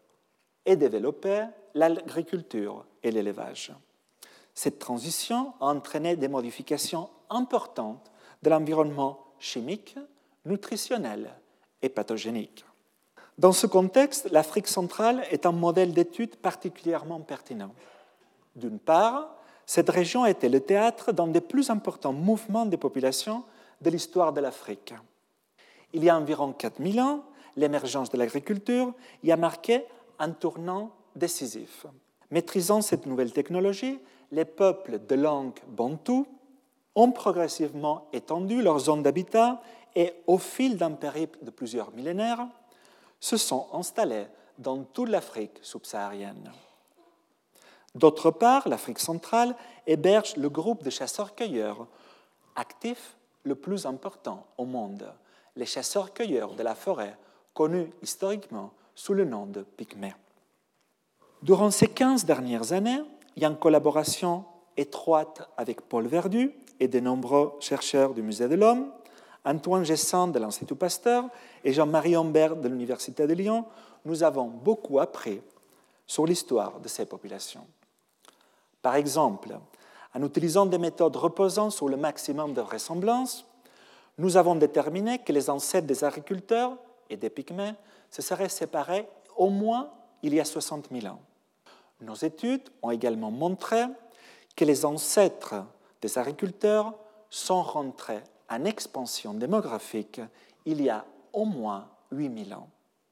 et développer l'agriculture et l'élevage. Cette transition a entraîné des modifications importantes de l'environnement chimique, nutritionnel et pathogénique. Dans ce contexte, l'Afrique centrale est un modèle d'étude particulièrement pertinent. D'une part, cette région a été le théâtre d'un des plus importants mouvements des populations de l'histoire de l'Afrique. Il y a environ 4000 ans, l'émergence de l'agriculture y a marqué un tournant décisif. Maîtrisant cette nouvelle technologie, les peuples de langue bantoue ont progressivement étendu leur zone d'habitat et, au fil d'un périple de plusieurs millénaires, se sont installés dans toute l'Afrique subsaharienne. D'autre part, l'Afrique centrale héberge le groupe de chasseurs-cueilleurs actifs le plus important au monde, les chasseurs-cueilleurs de la forêt, connus historiquement sous le nom de Pygmées. Durant ces 15 dernières années, et en collaboration étroite avec Paul Verdu et de nombreux chercheurs du Musée de l'Homme, Antoine Gessin de l'Institut Pasteur et Jean-Marie Humbert de l'Université de Lyon, nous avons beaucoup appris sur l'histoire de ces populations. Par exemple, en utilisant des méthodes reposant sur le maximum de vraisemblance, nous avons déterminé que les ancêtres des agriculteurs et des Pygmées se seraient séparés au moins il y a 60 000 ans. Nos études ont également montré que les ancêtres des agriculteurs sont rentrés en expansion démographique il y a au moins 8 000 ans.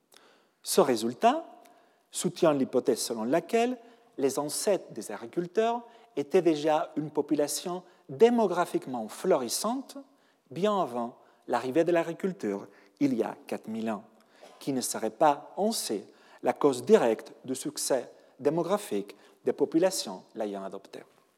Ce résultat soutient l'hypothèse selon laquelle les ancêtres des agriculteurs étaient déjà une population démographiquement florissante bien avant l'arrivée de l'agriculture, il y a 4000 ans, qui ne serait pas, on sait, la cause directe du succès démographique des populations l'ayant adopté.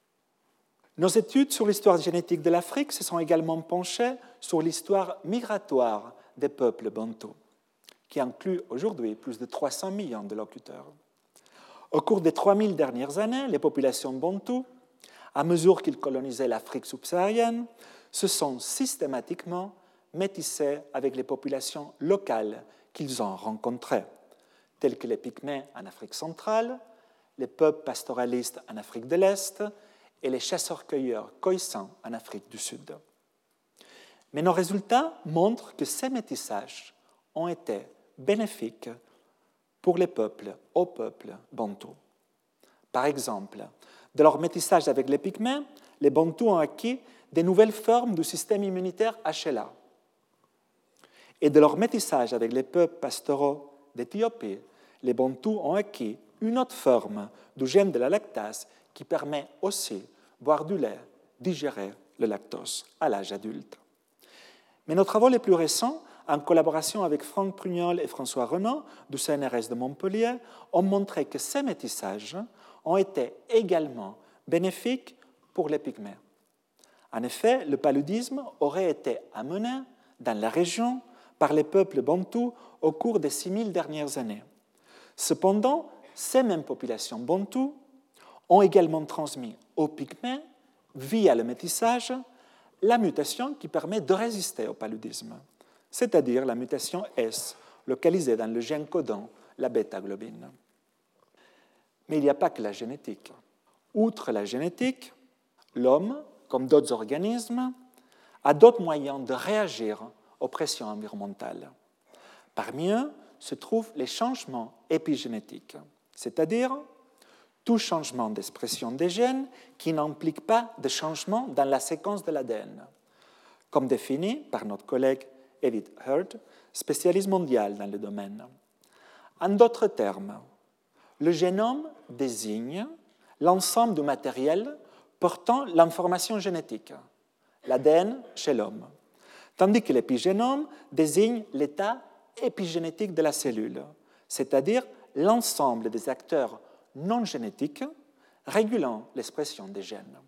Nos études sur l'histoire génétique de l'Afrique se sont également penchées sur l'histoire migratoire des peuples bantous, qui inclut aujourd'hui plus de 300 millions de locuteurs. Au cours des 3000 dernières années, les populations bantoues, à mesure qu'ils colonisaient l'Afrique subsaharienne, se sont systématiquement métissées avec les populations locales qu'ils ont rencontrées, telles que les Pygmées en Afrique centrale, les peuples pastoralistes en Afrique de l'Est et les chasseurs-cueilleurs khoïsans en Afrique du Sud. Mais nos résultats montrent que ces métissages ont été bénéfiques pour les peuples, aux peuples bantous. Par exemple, de leur métissage avec les Pygmées, les bantous ont acquis des nouvelles formes du système immunitaire HLA. Et de leur métissage avec les peuples pastoraux d'Éthiopie, les Bantous ont acquis une autre forme du gène de la lactase qui permet aussi de boire du lait, digérer le lactose à l'âge adulte. Mais nos travaux les plus récents, en collaboration avec Franck Prugnol et François Renaud du CNRS de Montpellier, ont montré que ces métissages ont été également bénéfiques pour les pygmées. En effet, le paludisme aurait été amené dans la région par les peuples bantous au cours des 6000 dernières années. Cependant, ces mêmes populations bantous ont également transmis aux pygmées, via le métissage, la mutation qui permet de résister au paludisme, c'est-à-dire la mutation S, localisée dans le gène codant la bêta-globine. Mais il n'y a pas que la génétique. Outre la génétique, l'homme, comme d'autres organismes, a d'autres moyens de réagir aux pressions environnementales. Parmi eux se trouvent les changements épigénétiques, c'est-à-dire tout changement d'expression des gènes qui n'implique pas de changement dans la séquence de l'ADN, comme défini par notre collègue Edith Hurd, spécialiste mondiale dans le domaine. En d'autres termes, le génome désigne l'ensemble du matériel portant l'information génétique, l'ADN chez l'homme, tandis que l'épigénome désigne l'état épigénétique de la cellule, c'est-à-dire l'ensemble des acteurs non génétiques régulant l'expression des gènes.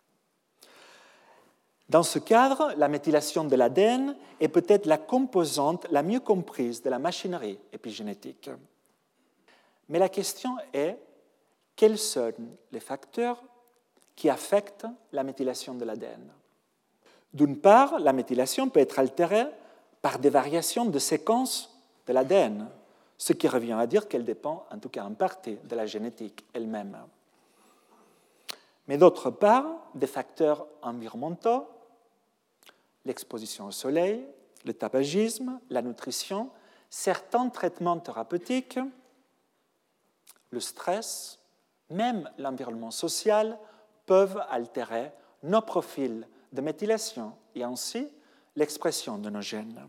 Dans ce cadre, la méthylation de l'ADN est peut-être la composante la mieux comprise de la machinerie épigénétique. Mais la question est, quels sont les facteurs qui affectent la méthylation de l'ADN? D'une part, la méthylation peut être altérée par des variations de séquence de l'ADN, ce qui revient à dire qu'elle dépend, en tout cas en partie, de la génétique elle-même. Mais d'autre part, des facteurs environnementaux, l'exposition au soleil, le tabagisme, la nutrition, certains traitements thérapeutiques, le stress, même l'environnement social peuvent altérer nos profils de méthylation et ainsi l'expression de nos gènes.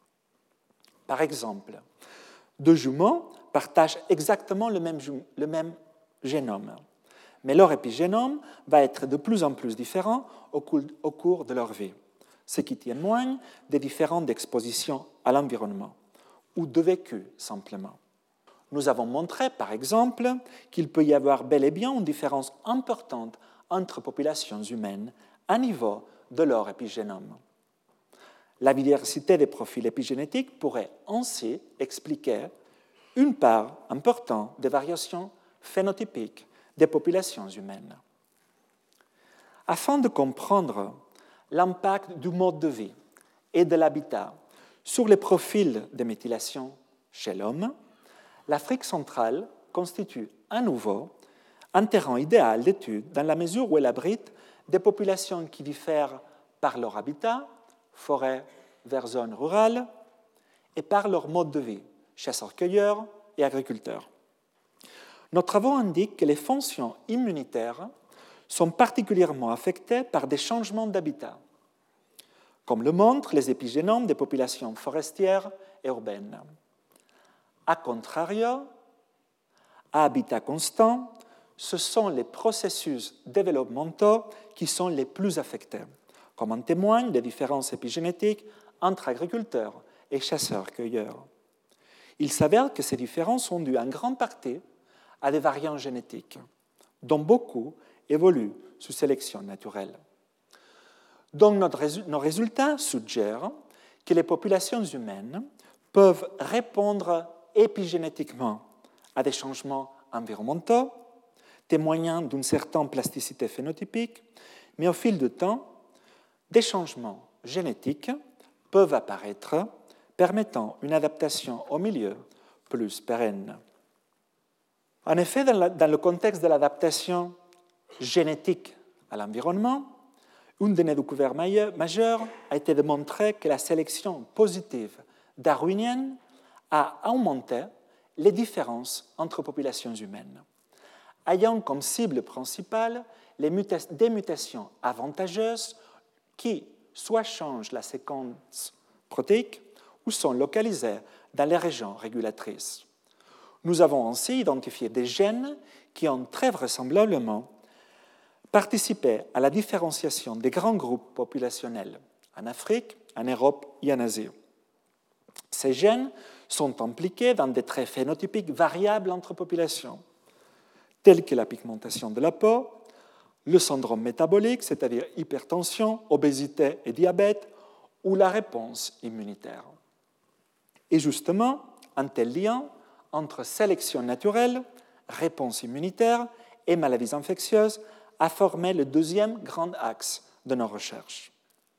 Par exemple, deux jumeaux partagent exactement le même génome, mais leur épigénome va être de plus en plus différent au cours de leur vie, ce qui témoigne des différences d'exposition à l'environnement ou de vécu simplement. Nous avons montré, par exemple, qu'il peut y avoir bel et bien une différence importante entre populations humaines à niveau de leur épigénome. La diversité des profils épigénétiques pourrait ainsi expliquer une part importante des variations phénotypiques des populations humaines. Afin de comprendre l'impact du mode de vie et de l'habitat sur les profils de méthylation chez l'homme, l'Afrique centrale constitue à nouveau un terrain idéal d'étude dans la mesure où elle abrite des populations qui diffèrent par leur habitat, forêt vers zones rurales, et par leur mode de vie, chasseurs-cueilleurs et agriculteurs. Nos travaux indiquent que les fonctions immunitaires sont particulièrement affectées par des changements d'habitat, comme le montrent les épigénomes des populations forestières et urbaines. A contrario, à habitat constant, ce sont les processus développementaux qui sont les plus affectés, comme en témoignent les différences épigénétiques entre agriculteurs et chasseurs-cueilleurs. Il s'avère que ces différences sont dues en grande partie à des variants génétiques, dont beaucoup évoluent sous sélection naturelle. Donc nos résultats suggèrent que les populations humaines peuvent répondre épigénétiquement à des changements environnementaux, témoignant d'une certaine plasticité phénotypique, mais au fil du temps, des changements génétiques peuvent apparaître, permettant une adaptation au milieu plus pérenne. En effet, dans le contexte de l'adaptation génétique à l'environnement, une de nos découvertes majeures a été de montrer que la sélection positive darwinienne a augmenté les différences entre populations humaines, ayant comme cible principale des mutations avantageuses qui soit changent la séquence protéique ou sont localisés dans les régions régulatrices. Nous avons ainsi identifié des gènes qui ont très vraisemblablement participé à la différenciation des grands groupes populationnels en Afrique, en Europe et en Asie. Ces gènes sont impliqués dans des traits phénotypiques variables entre populations, tels que la pigmentation de la peau, le syndrome métabolique, c'est-à-dire hypertension, obésité et diabète, ou la réponse immunitaire. Et justement, un tel lien entre sélection naturelle, réponse immunitaire et maladies infectieuses a formé le deuxième grand axe de nos recherches.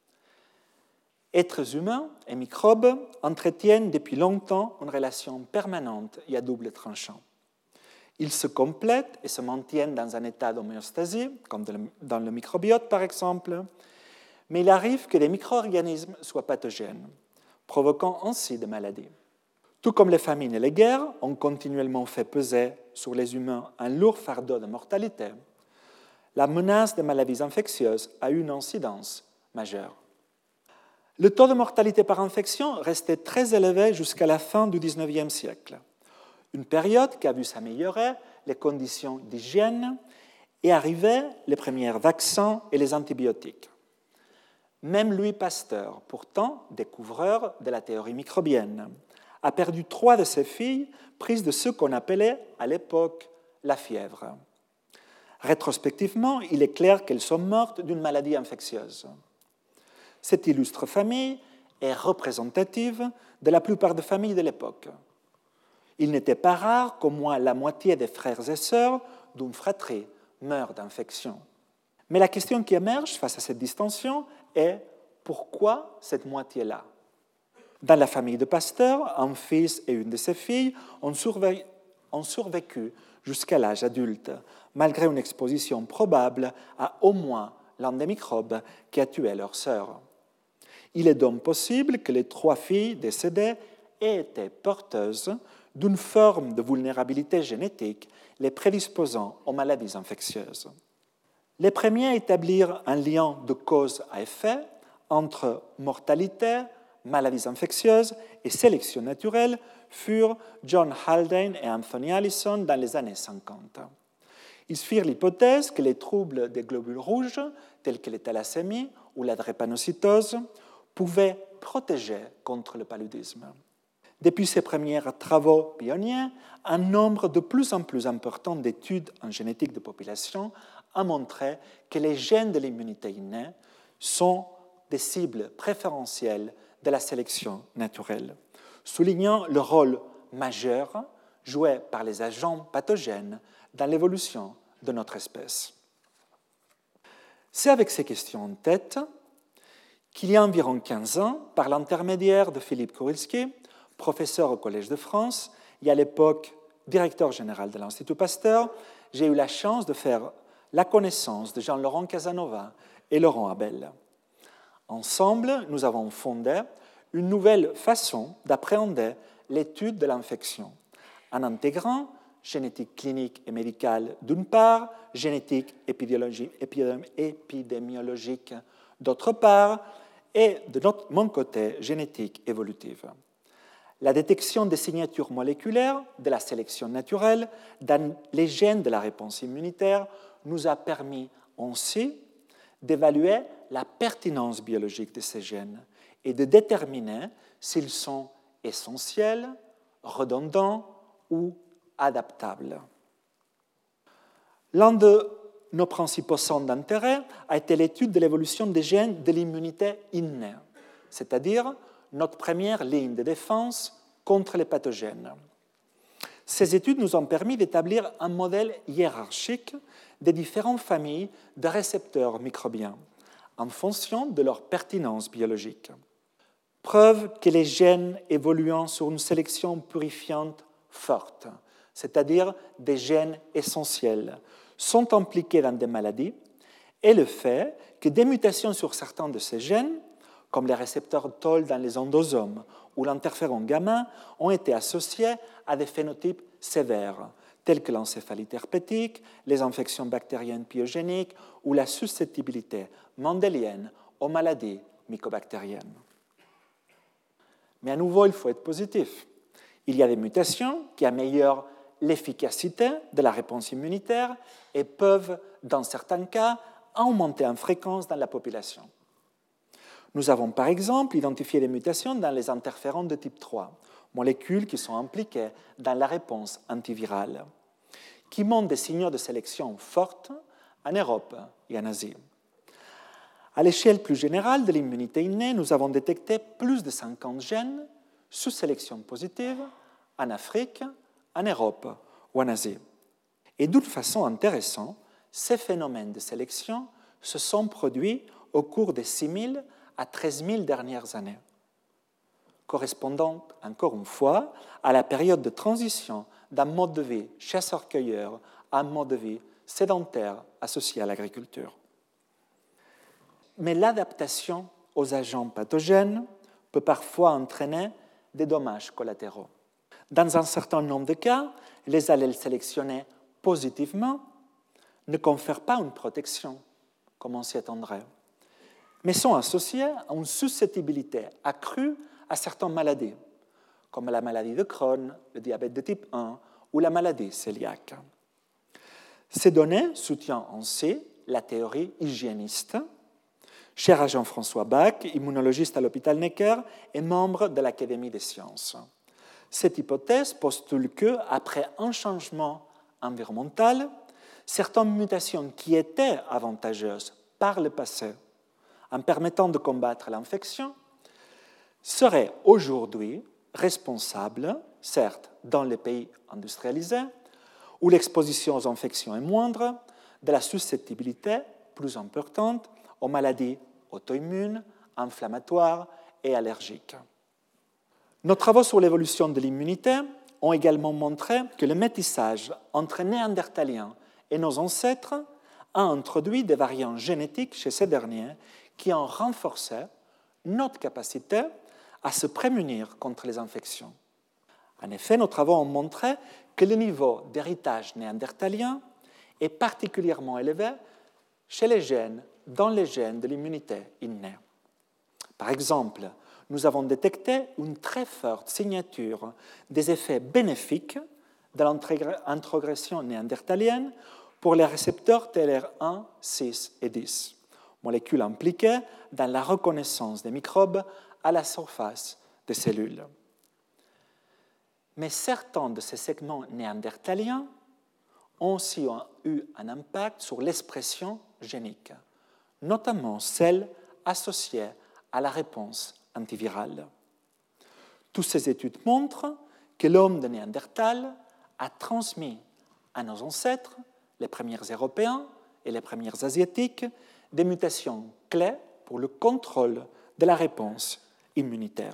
Êtres humains et microbes entretiennent depuis longtemps une relation permanente et à double tranchant. Ils se complètent et se maintiennent dans un état d'homéostasie, comme dans le microbiote par exemple, mais il arrive que les micro-organismes soient pathogènes, provoquant ainsi des maladies. Tout comme les famines et les guerres ont continuellement fait peser sur les humains un lourd fardeau de mortalité, la menace des maladies infectieuses a eu une incidence majeure. Le taux de mortalité par infection restait très élevé jusqu'à la fin du XIXe siècle, une période qui a vu s'améliorer les conditions d'hygiène et arriver les premiers vaccins et les antibiotiques. Même Louis Pasteur, pourtant découvreur de la théorie microbienne, a perdu 3 de ses filles prises de ce qu'on appelait à l'époque la fièvre. Rétrospectivement, il est clair qu'elles sont mortes d'une maladie infectieuse. Cette illustre famille est représentative de la plupart des familles de l'époque. Il n'était pas rare qu'au moins la moitié des frères et sœurs d'une fratrie meurent d'infection. Mais la question qui émerge face à cette distinction est pourquoi cette moitié-là? Dans la famille de Pasteur, un fils et une de ses filles ont survécu jusqu'à l'âge adulte, malgré une exposition probable à au moins l'un des microbes qui a tué leur sœur. Il est donc possible que les 3 filles décédées aient été porteuses d'une forme de vulnérabilité génétique les prédisposant aux maladies infectieuses. Les premiers à établir un lien de cause à effet entre mortalité, maladies infectieuses et sélection naturelle furent John Haldane et Anthony Allison dans les années 50. Ils firent l'hypothèse que les troubles des globules rouges, tels que les thalassémies ou la drépanocytose, pouvaient protéger contre le paludisme. Depuis ces premiers travaux pionniers, un nombre de plus en plus important d'études en génétique de population a montré que les gènes de l'immunité innée sont des cibles préférentielles de la sélection naturelle, soulignant le rôle majeur joué par les agents pathogènes dans l'évolution de notre espèce. C'est avec ces questions en tête qu'il y a environ 15 ans, par l'intermédiaire de Philippe Kurilski, professeur au Collège de France et à l'époque directeur général de l'Institut Pasteur, j'ai eu la chance de faire la connaissance de Jean-Laurent Casanova et Laurent Abel. Ensemble, nous avons fondé une nouvelle façon d'appréhender l'étude de l'infection, en intégrant génétique clinique et médicale d'une part, génétique épidémiologique d'autre part, et de mon côté, génétique évolutive. La détection des signatures moléculaires de la sélection naturelle dans les gènes de la réponse immunitaire nous a permis aussi d'évaluer la pertinence biologique de ces gènes et de déterminer s'ils sont essentiels, redondants ou adaptables. L'un de nos principaux centres d'intérêt a été l'étude de l'évolution des gènes de l'immunité innée, c'est-à-dire notre première ligne de défense contre les pathogènes. Ces études nous ont permis d'établir un modèle hiérarchique des différentes familles de récepteurs microbiens en fonction de leur pertinence biologique. Preuve que les gènes évoluant sur une sélection purifiante forte, c'est-à-dire des gènes essentiels, sont impliqués dans des maladies, et le fait que des mutations sur certains de ces gènes, comme les récepteurs Toll dans les endosomes ou l'interféron gamma, ont été associés à des phénotypes sévères, tels que l'encéphalite herpétique, les infections bactériennes pyogéniques ou la susceptibilité mendélienne aux maladies mycobactériennes. Mais à nouveau, il faut être positif. Il y a des mutations qui améliorent l'efficacité de la réponse immunitaire et peuvent, dans certains cas, augmenter en fréquence dans la population. Nous avons par exemple identifié des mutations dans les interférons de type 3, molécules qui sont impliquées dans la réponse antivirale, qui montrent des signaux de sélection fortes en Europe et en Asie. À l'échelle plus générale de l'immunité innée, nous avons détecté plus de 50 gènes sous sélection positive en Afrique, en Europe ou en Asie. Et d'une façon intéressante, ces phénomènes de sélection se sont produits au cours des 6 000 à 13 000 dernières années, correspondant encore une fois à la période de transition d'un mode de vie chasseur-cueilleur à un mode de vie sédentaire associé à l'agriculture. Mais l'adaptation aux agents pathogènes peut parfois entraîner des dommages collatéraux. Dans un certain nombre de cas, les allèles sélectionnés positivement ne confèrent pas une protection, comme on s'y attendrait, mais sont associés à une susceptibilité accrue à certaines maladies, comme la maladie de Crohn, le diabète de type 1 ou la maladie cœliaque. Ces données soutiennent ainsi la théorie hygiéniste, chère à Jean-François Bach, immunologiste à l'hôpital Necker et membre de l'Académie des sciences. Cette hypothèse postule qu'après un changement environnemental, certaines mutations qui étaient avantageuses par le passé en permettant de combattre l'infection seraient aujourd'hui responsables, certes dans les pays industrialisés, où l'exposition aux infections est moindre, de la susceptibilité plus importante aux maladies auto-immunes, inflammatoires et allergiques. Nos travaux sur l'évolution de l'immunité ont également montré que le métissage entre néandertaliens et nos ancêtres a introduit des variants génétiques chez ces derniers qui ont renforcé notre capacité à se prémunir contre les infections. En effet, nos travaux ont montré que le niveau d'héritage néandertalien est particulièrement élevé chez les gènes dans les gènes de l'immunité innée. Par exemple, nous avons détecté une très forte signature des effets bénéfiques de l'introgression néandertalienne pour les récepteurs TLR1, 6 et 10, molécules impliquées dans la reconnaissance des microbes à la surface des cellules. Mais certains de ces segments néandertaliens ont aussi eu un impact sur l'expression génique, notamment celle associée à la réponse antivirale. Toutes ces études montrent que l'homme de Néandertal a transmis à nos ancêtres, les premiers Européens et les premiers Asiatiques, des mutations clés pour le contrôle de la réponse immunitaire.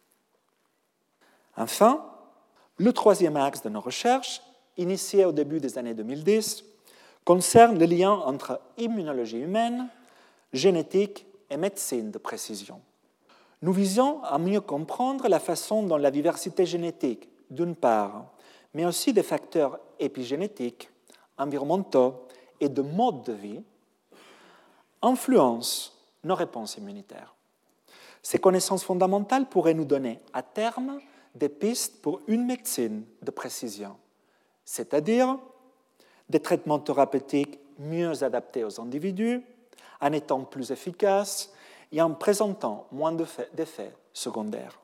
Enfin, le troisième axe de nos recherches, initié au début des années 2010, concerne le lien entre immunologie humaine, génétique et médecine de précision. Nous visons à mieux comprendre la façon dont la diversité génétique, d'une part, mais aussi des facteurs épigénétiques, environnementaux et de mode de vie, influencent nos réponses immunitaires. Ces connaissances fondamentales pourraient nous donner à terme des pistes pour une médecine de précision, c'est-à-dire des traitements thérapeutiques mieux adaptés aux individus, en étant plus efficaces et en présentant moins d'effets secondaires.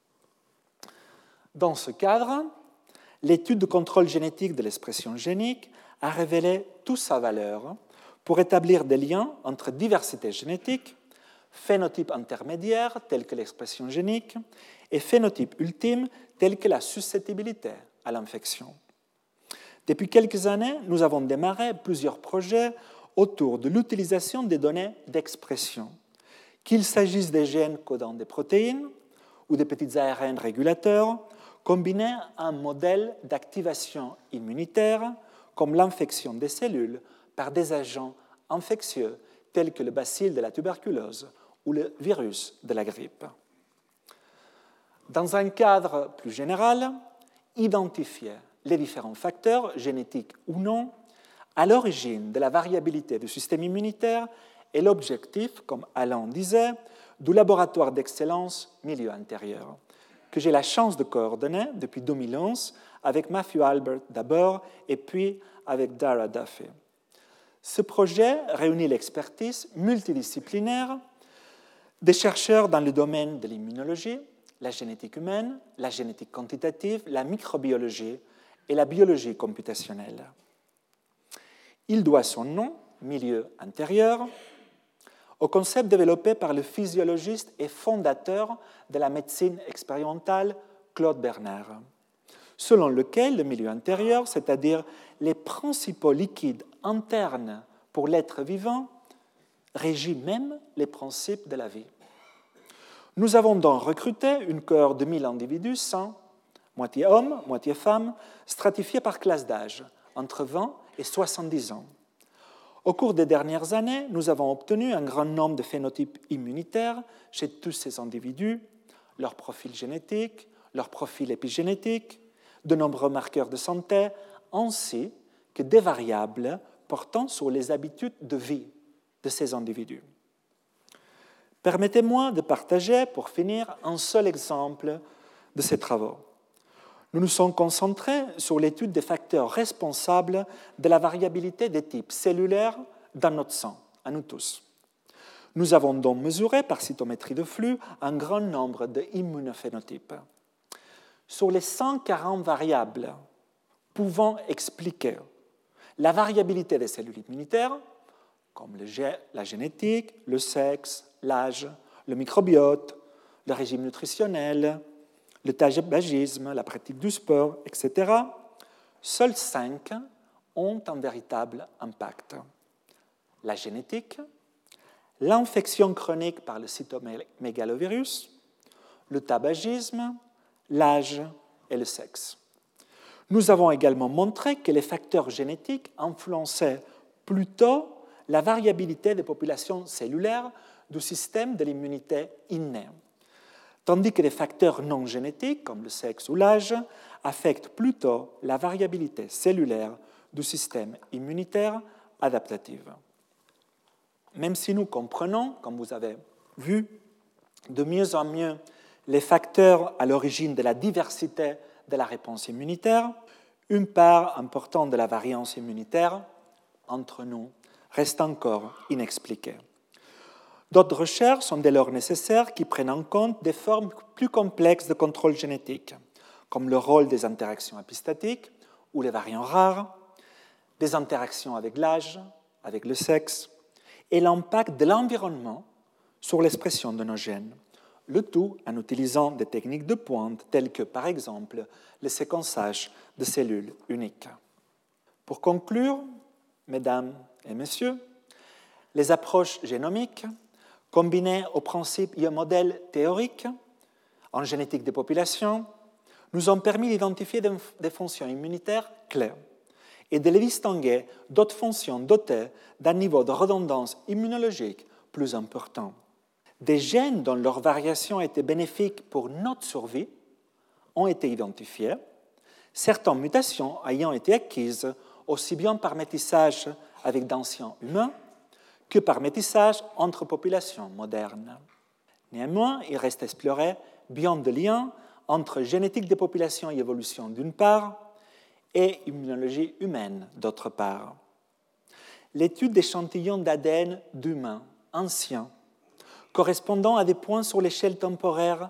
Dans ce cadre, l'étude de contrôle génétique de l'expression génique a révélé toute sa valeur pour établir des liens entre diversité génétique, phénotype intermédiaire tel que l'expression génique et phénotype ultime tel que la susceptibilité à l'infection. Depuis quelques années, nous avons démarré plusieurs projets autour de l'utilisation des données d'expression, qu'il s'agisse des gènes codant des protéines ou des petits ARN régulateurs, combinés à un modèle d'activation immunitaire comme l'infection des cellules par des agents infectieux tels que le bacille de la tuberculose ou le virus de la grippe. Dans un cadre plus général, identifier les différents facteurs, génétiques ou non, à l'origine de la variabilité du système immunitaire est l'objectif, comme Alain disait, du laboratoire d'excellence milieu intérieur, que j'ai la chance de coordonner depuis 2011 avec Matthew Albert d'abord et puis avec Dara Duffy. Ce projet réunit l'expertise multidisciplinaire des chercheurs dans le domaine de l'immunologie, la génétique humaine, la génétique quantitative, la microbiologie et la biologie computationnelle. Il doit son nom, milieu intérieur, au concept développé par le physiologiste et fondateur de la médecine expérimentale Claude Bernard, selon lequel le milieu intérieur, c'est-à-dire les principaux liquides internes pour l'être vivant, régit même les principes de la vie. Nous avons donc recruté une cohorte de 1000 individus sains, moitié hommes, moitié femmes, stratifiés par classe d'âge, entre 20 et 70 ans. Au cours des dernières années, nous avons obtenu un grand nombre de phénotypes immunitaires chez tous ces individus, leur profil génétique, leur profil épigénétique, de nombreux marqueurs de santé, ainsi que des variables portant sur les habitudes de vie de ces individus. Permettez-moi de partager, pour finir, un seul exemple de ces travaux. Nous nous sommes concentrés sur l'étude des facteurs responsables de la variabilité des types cellulaires dans notre sang, à nous tous. Nous avons donc mesuré par cytométrie de flux un grand nombre d'immunophénotypes. Sur les 140 variables pouvant expliquer la variabilité des cellules immunitaires, comme la génétique, le sexe, l'âge, le microbiote, le régime nutritionnel, le tabagisme, la pratique du sport, etc., seuls 5 ont un véritable impact. La génétique, l'infection chronique par le cytomégalovirus, le tabagisme, l'âge et le sexe. Nous avons également montré que les facteurs génétiques influençaient plutôt la variabilité des populations cellulaires du système de l'immunité innée, tandis que les facteurs non génétiques, comme le sexe ou l'âge, affectent plutôt la variabilité cellulaire du système immunitaire adaptatif. Même si nous comprenons, comme vous avez vu, de mieux en mieux les facteurs à l'origine de la diversité de la réponse immunitaire, une part importante de la variance immunitaire entre nous reste encore inexpliquée. D'autres recherches sont dès lors nécessaires qui prennent en compte des formes plus complexes de contrôle génétique, comme le rôle des interactions épistatiques ou les variants rares, des interactions avec l'âge, avec le sexe, et l'impact de l'environnement sur l'expression de nos gènes, le tout en utilisant des techniques de pointe telles que, par exemple, le séquençage de cellules uniques. Pour conclure, mesdames et messieurs, les approches génomiques combinées aux principes et aux modèles théoriques en génétique des populations nous ont permis d'identifier des fonctions immunitaires clés et de les distinguer d'autres fonctions dotées d'un niveau de redondance immunologique plus important. Des gènes dont leur variation était bénéfique pour notre survie ont été identifiés, certaines mutations ayant été acquises aussi bien par métissage avec d'anciens humains que par métissage entre populations modernes. Néanmoins, il reste à explorer bien de liens entre génétique des populations et évolution d'une part et immunologie humaine d'autre part. L'étude d'échantillons d'ADN d'humains anciens correspondant à des points sur l'échelle temporelle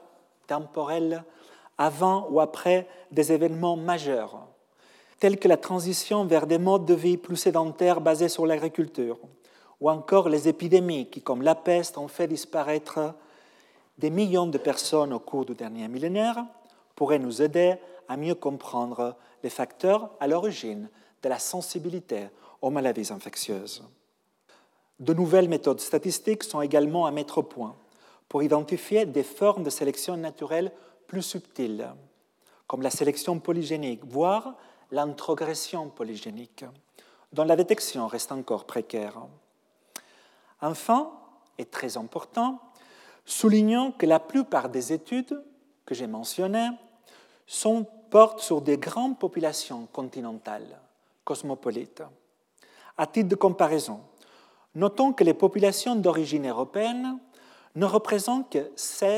avant ou après des événements majeurs, tels que la transition vers des modes de vie plus sédentaires basés sur l'agriculture, ou encore les épidémies qui, comme la peste, ont fait disparaître des millions de personnes au cours du dernier millénaire, pourraient nous aider à mieux comprendre les facteurs à l'origine de la sensibilité aux maladies infectieuses. De nouvelles méthodes statistiques sont également à mettre au point pour identifier des formes de sélection naturelle plus subtiles, comme la sélection polygénique, voire l'introgression polygénique, dont la détection reste encore précaire. Enfin, et très important, soulignons que la plupart des études que j'ai mentionnées portent sur des grandes populations continentales, cosmopolites. À titre de comparaison, Notons que les populations d'origine européenne ne représentent que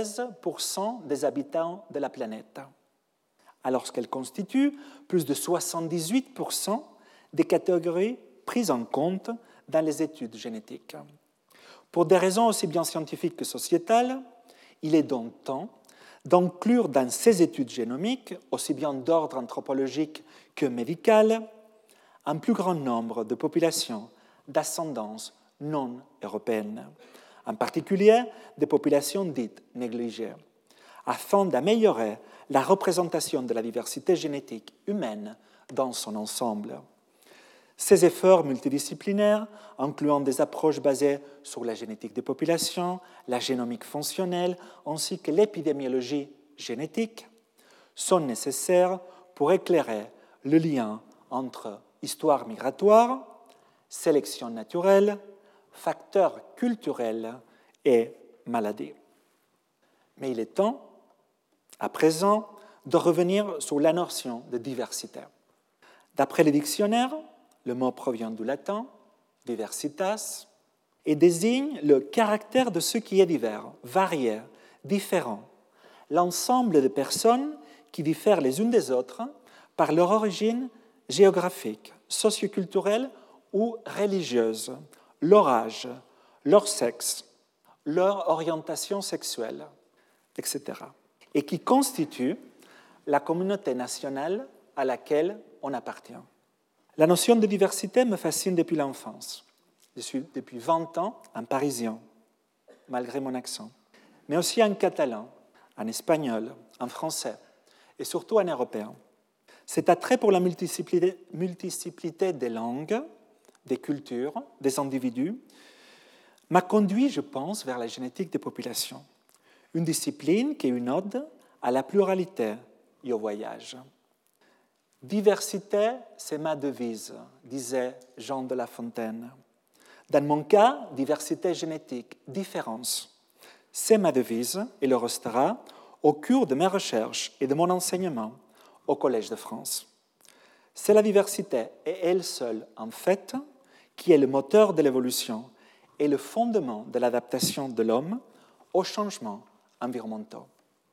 16% des habitants de la planète, alors qu'elles constituent plus de 78% des catégories prises en compte dans les études génétiques. Pour des raisons aussi bien scientifiques que sociétales, il est donc temps d'inclure dans ces études génomiques, aussi bien d'ordre anthropologique que médical, un plus grand nombre de populations d'ascendance non européenne, en particulier des populations dites négligées, afin d'améliorer la représentation de la diversité génétique humaine dans son ensemble. Ces efforts multidisciplinaires, incluant des approches basées sur la génétique des populations, la génomique fonctionnelle, ainsi que l'épidémiologie génétique, sont nécessaires pour éclairer le lien entre histoire migratoire, sélection naturelle, facteurs culturels et maladies. Mais il est temps, à présent, de revenir sur la notion de diversité. D'après les dictionnaires, le mot provient du latin, diversitas, et désigne le caractère de ce qui est divers, varié, différent, l'ensemble de personnes qui diffèrent les unes des autres par leur origine géographique, socioculturelle ou religieuse, leur âge, leur sexe, leur orientation sexuelle, etc., et qui constituent la communauté nationale à laquelle on appartient. La notion de diversité me fascine depuis l'enfance. Je suis depuis 20 ans un Parisien, malgré mon accent, mais aussi en catalan, en espagnol, en français et surtout en européen. Cet attrait pour la multiplicité des langues, des cultures, des individus, m'a conduit, je pense, vers la génétique des populations, une discipline qui est une ode à la pluralité et au voyage. Diversité, c'est ma devise, disait Jean de La Fontaine. Dans mon cas, diversité génétique, différence, c'est ma devise et le restera au cours de mes recherches et de mon enseignement au Collège de France. C'est la diversité et elle seule, en fait, qui est le moteur de l'évolution et le fondement de l'adaptation de l'homme aux changements environnementaux.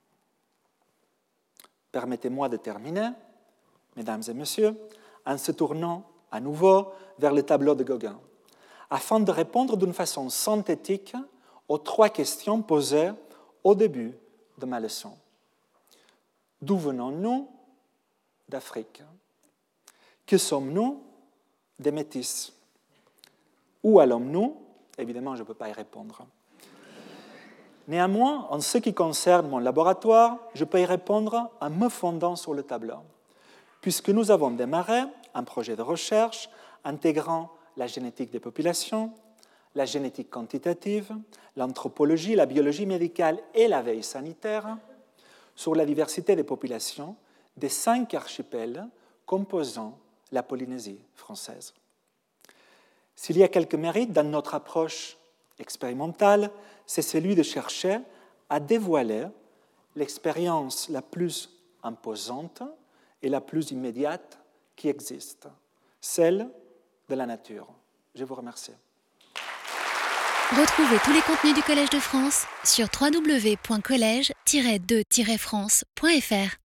Permettez-moi de terminer, mesdames et messieurs, en se tournant à nouveau vers le tableau de Gauguin, afin de répondre d'une façon synthétique aux 3 questions posées au début de ma leçon. D'où venons-nous? D'Afrique. Que sommes-nous? Des métis. Où allons-nous? Évidemment, je ne peux pas y répondre. Néanmoins, en ce qui concerne mon laboratoire, je peux y répondre en me fondant sur le tableau, puisque nous avons démarré un projet de recherche intégrant la génétique des populations, la génétique quantitative, l'anthropologie, la biologie médicale et la veille sanitaire sur la diversité des populations des 5 archipels composant la Polynésie française. S'il y a quelques mérites dans notre approche expérimentale, c'est celui de chercher à dévoiler l'expérience la plus imposante et la plus immédiate qui existe, celle de la nature. Je vous remercie. Retrouvez tous les contenus du Collège de France sur www.collège-2-france.fr.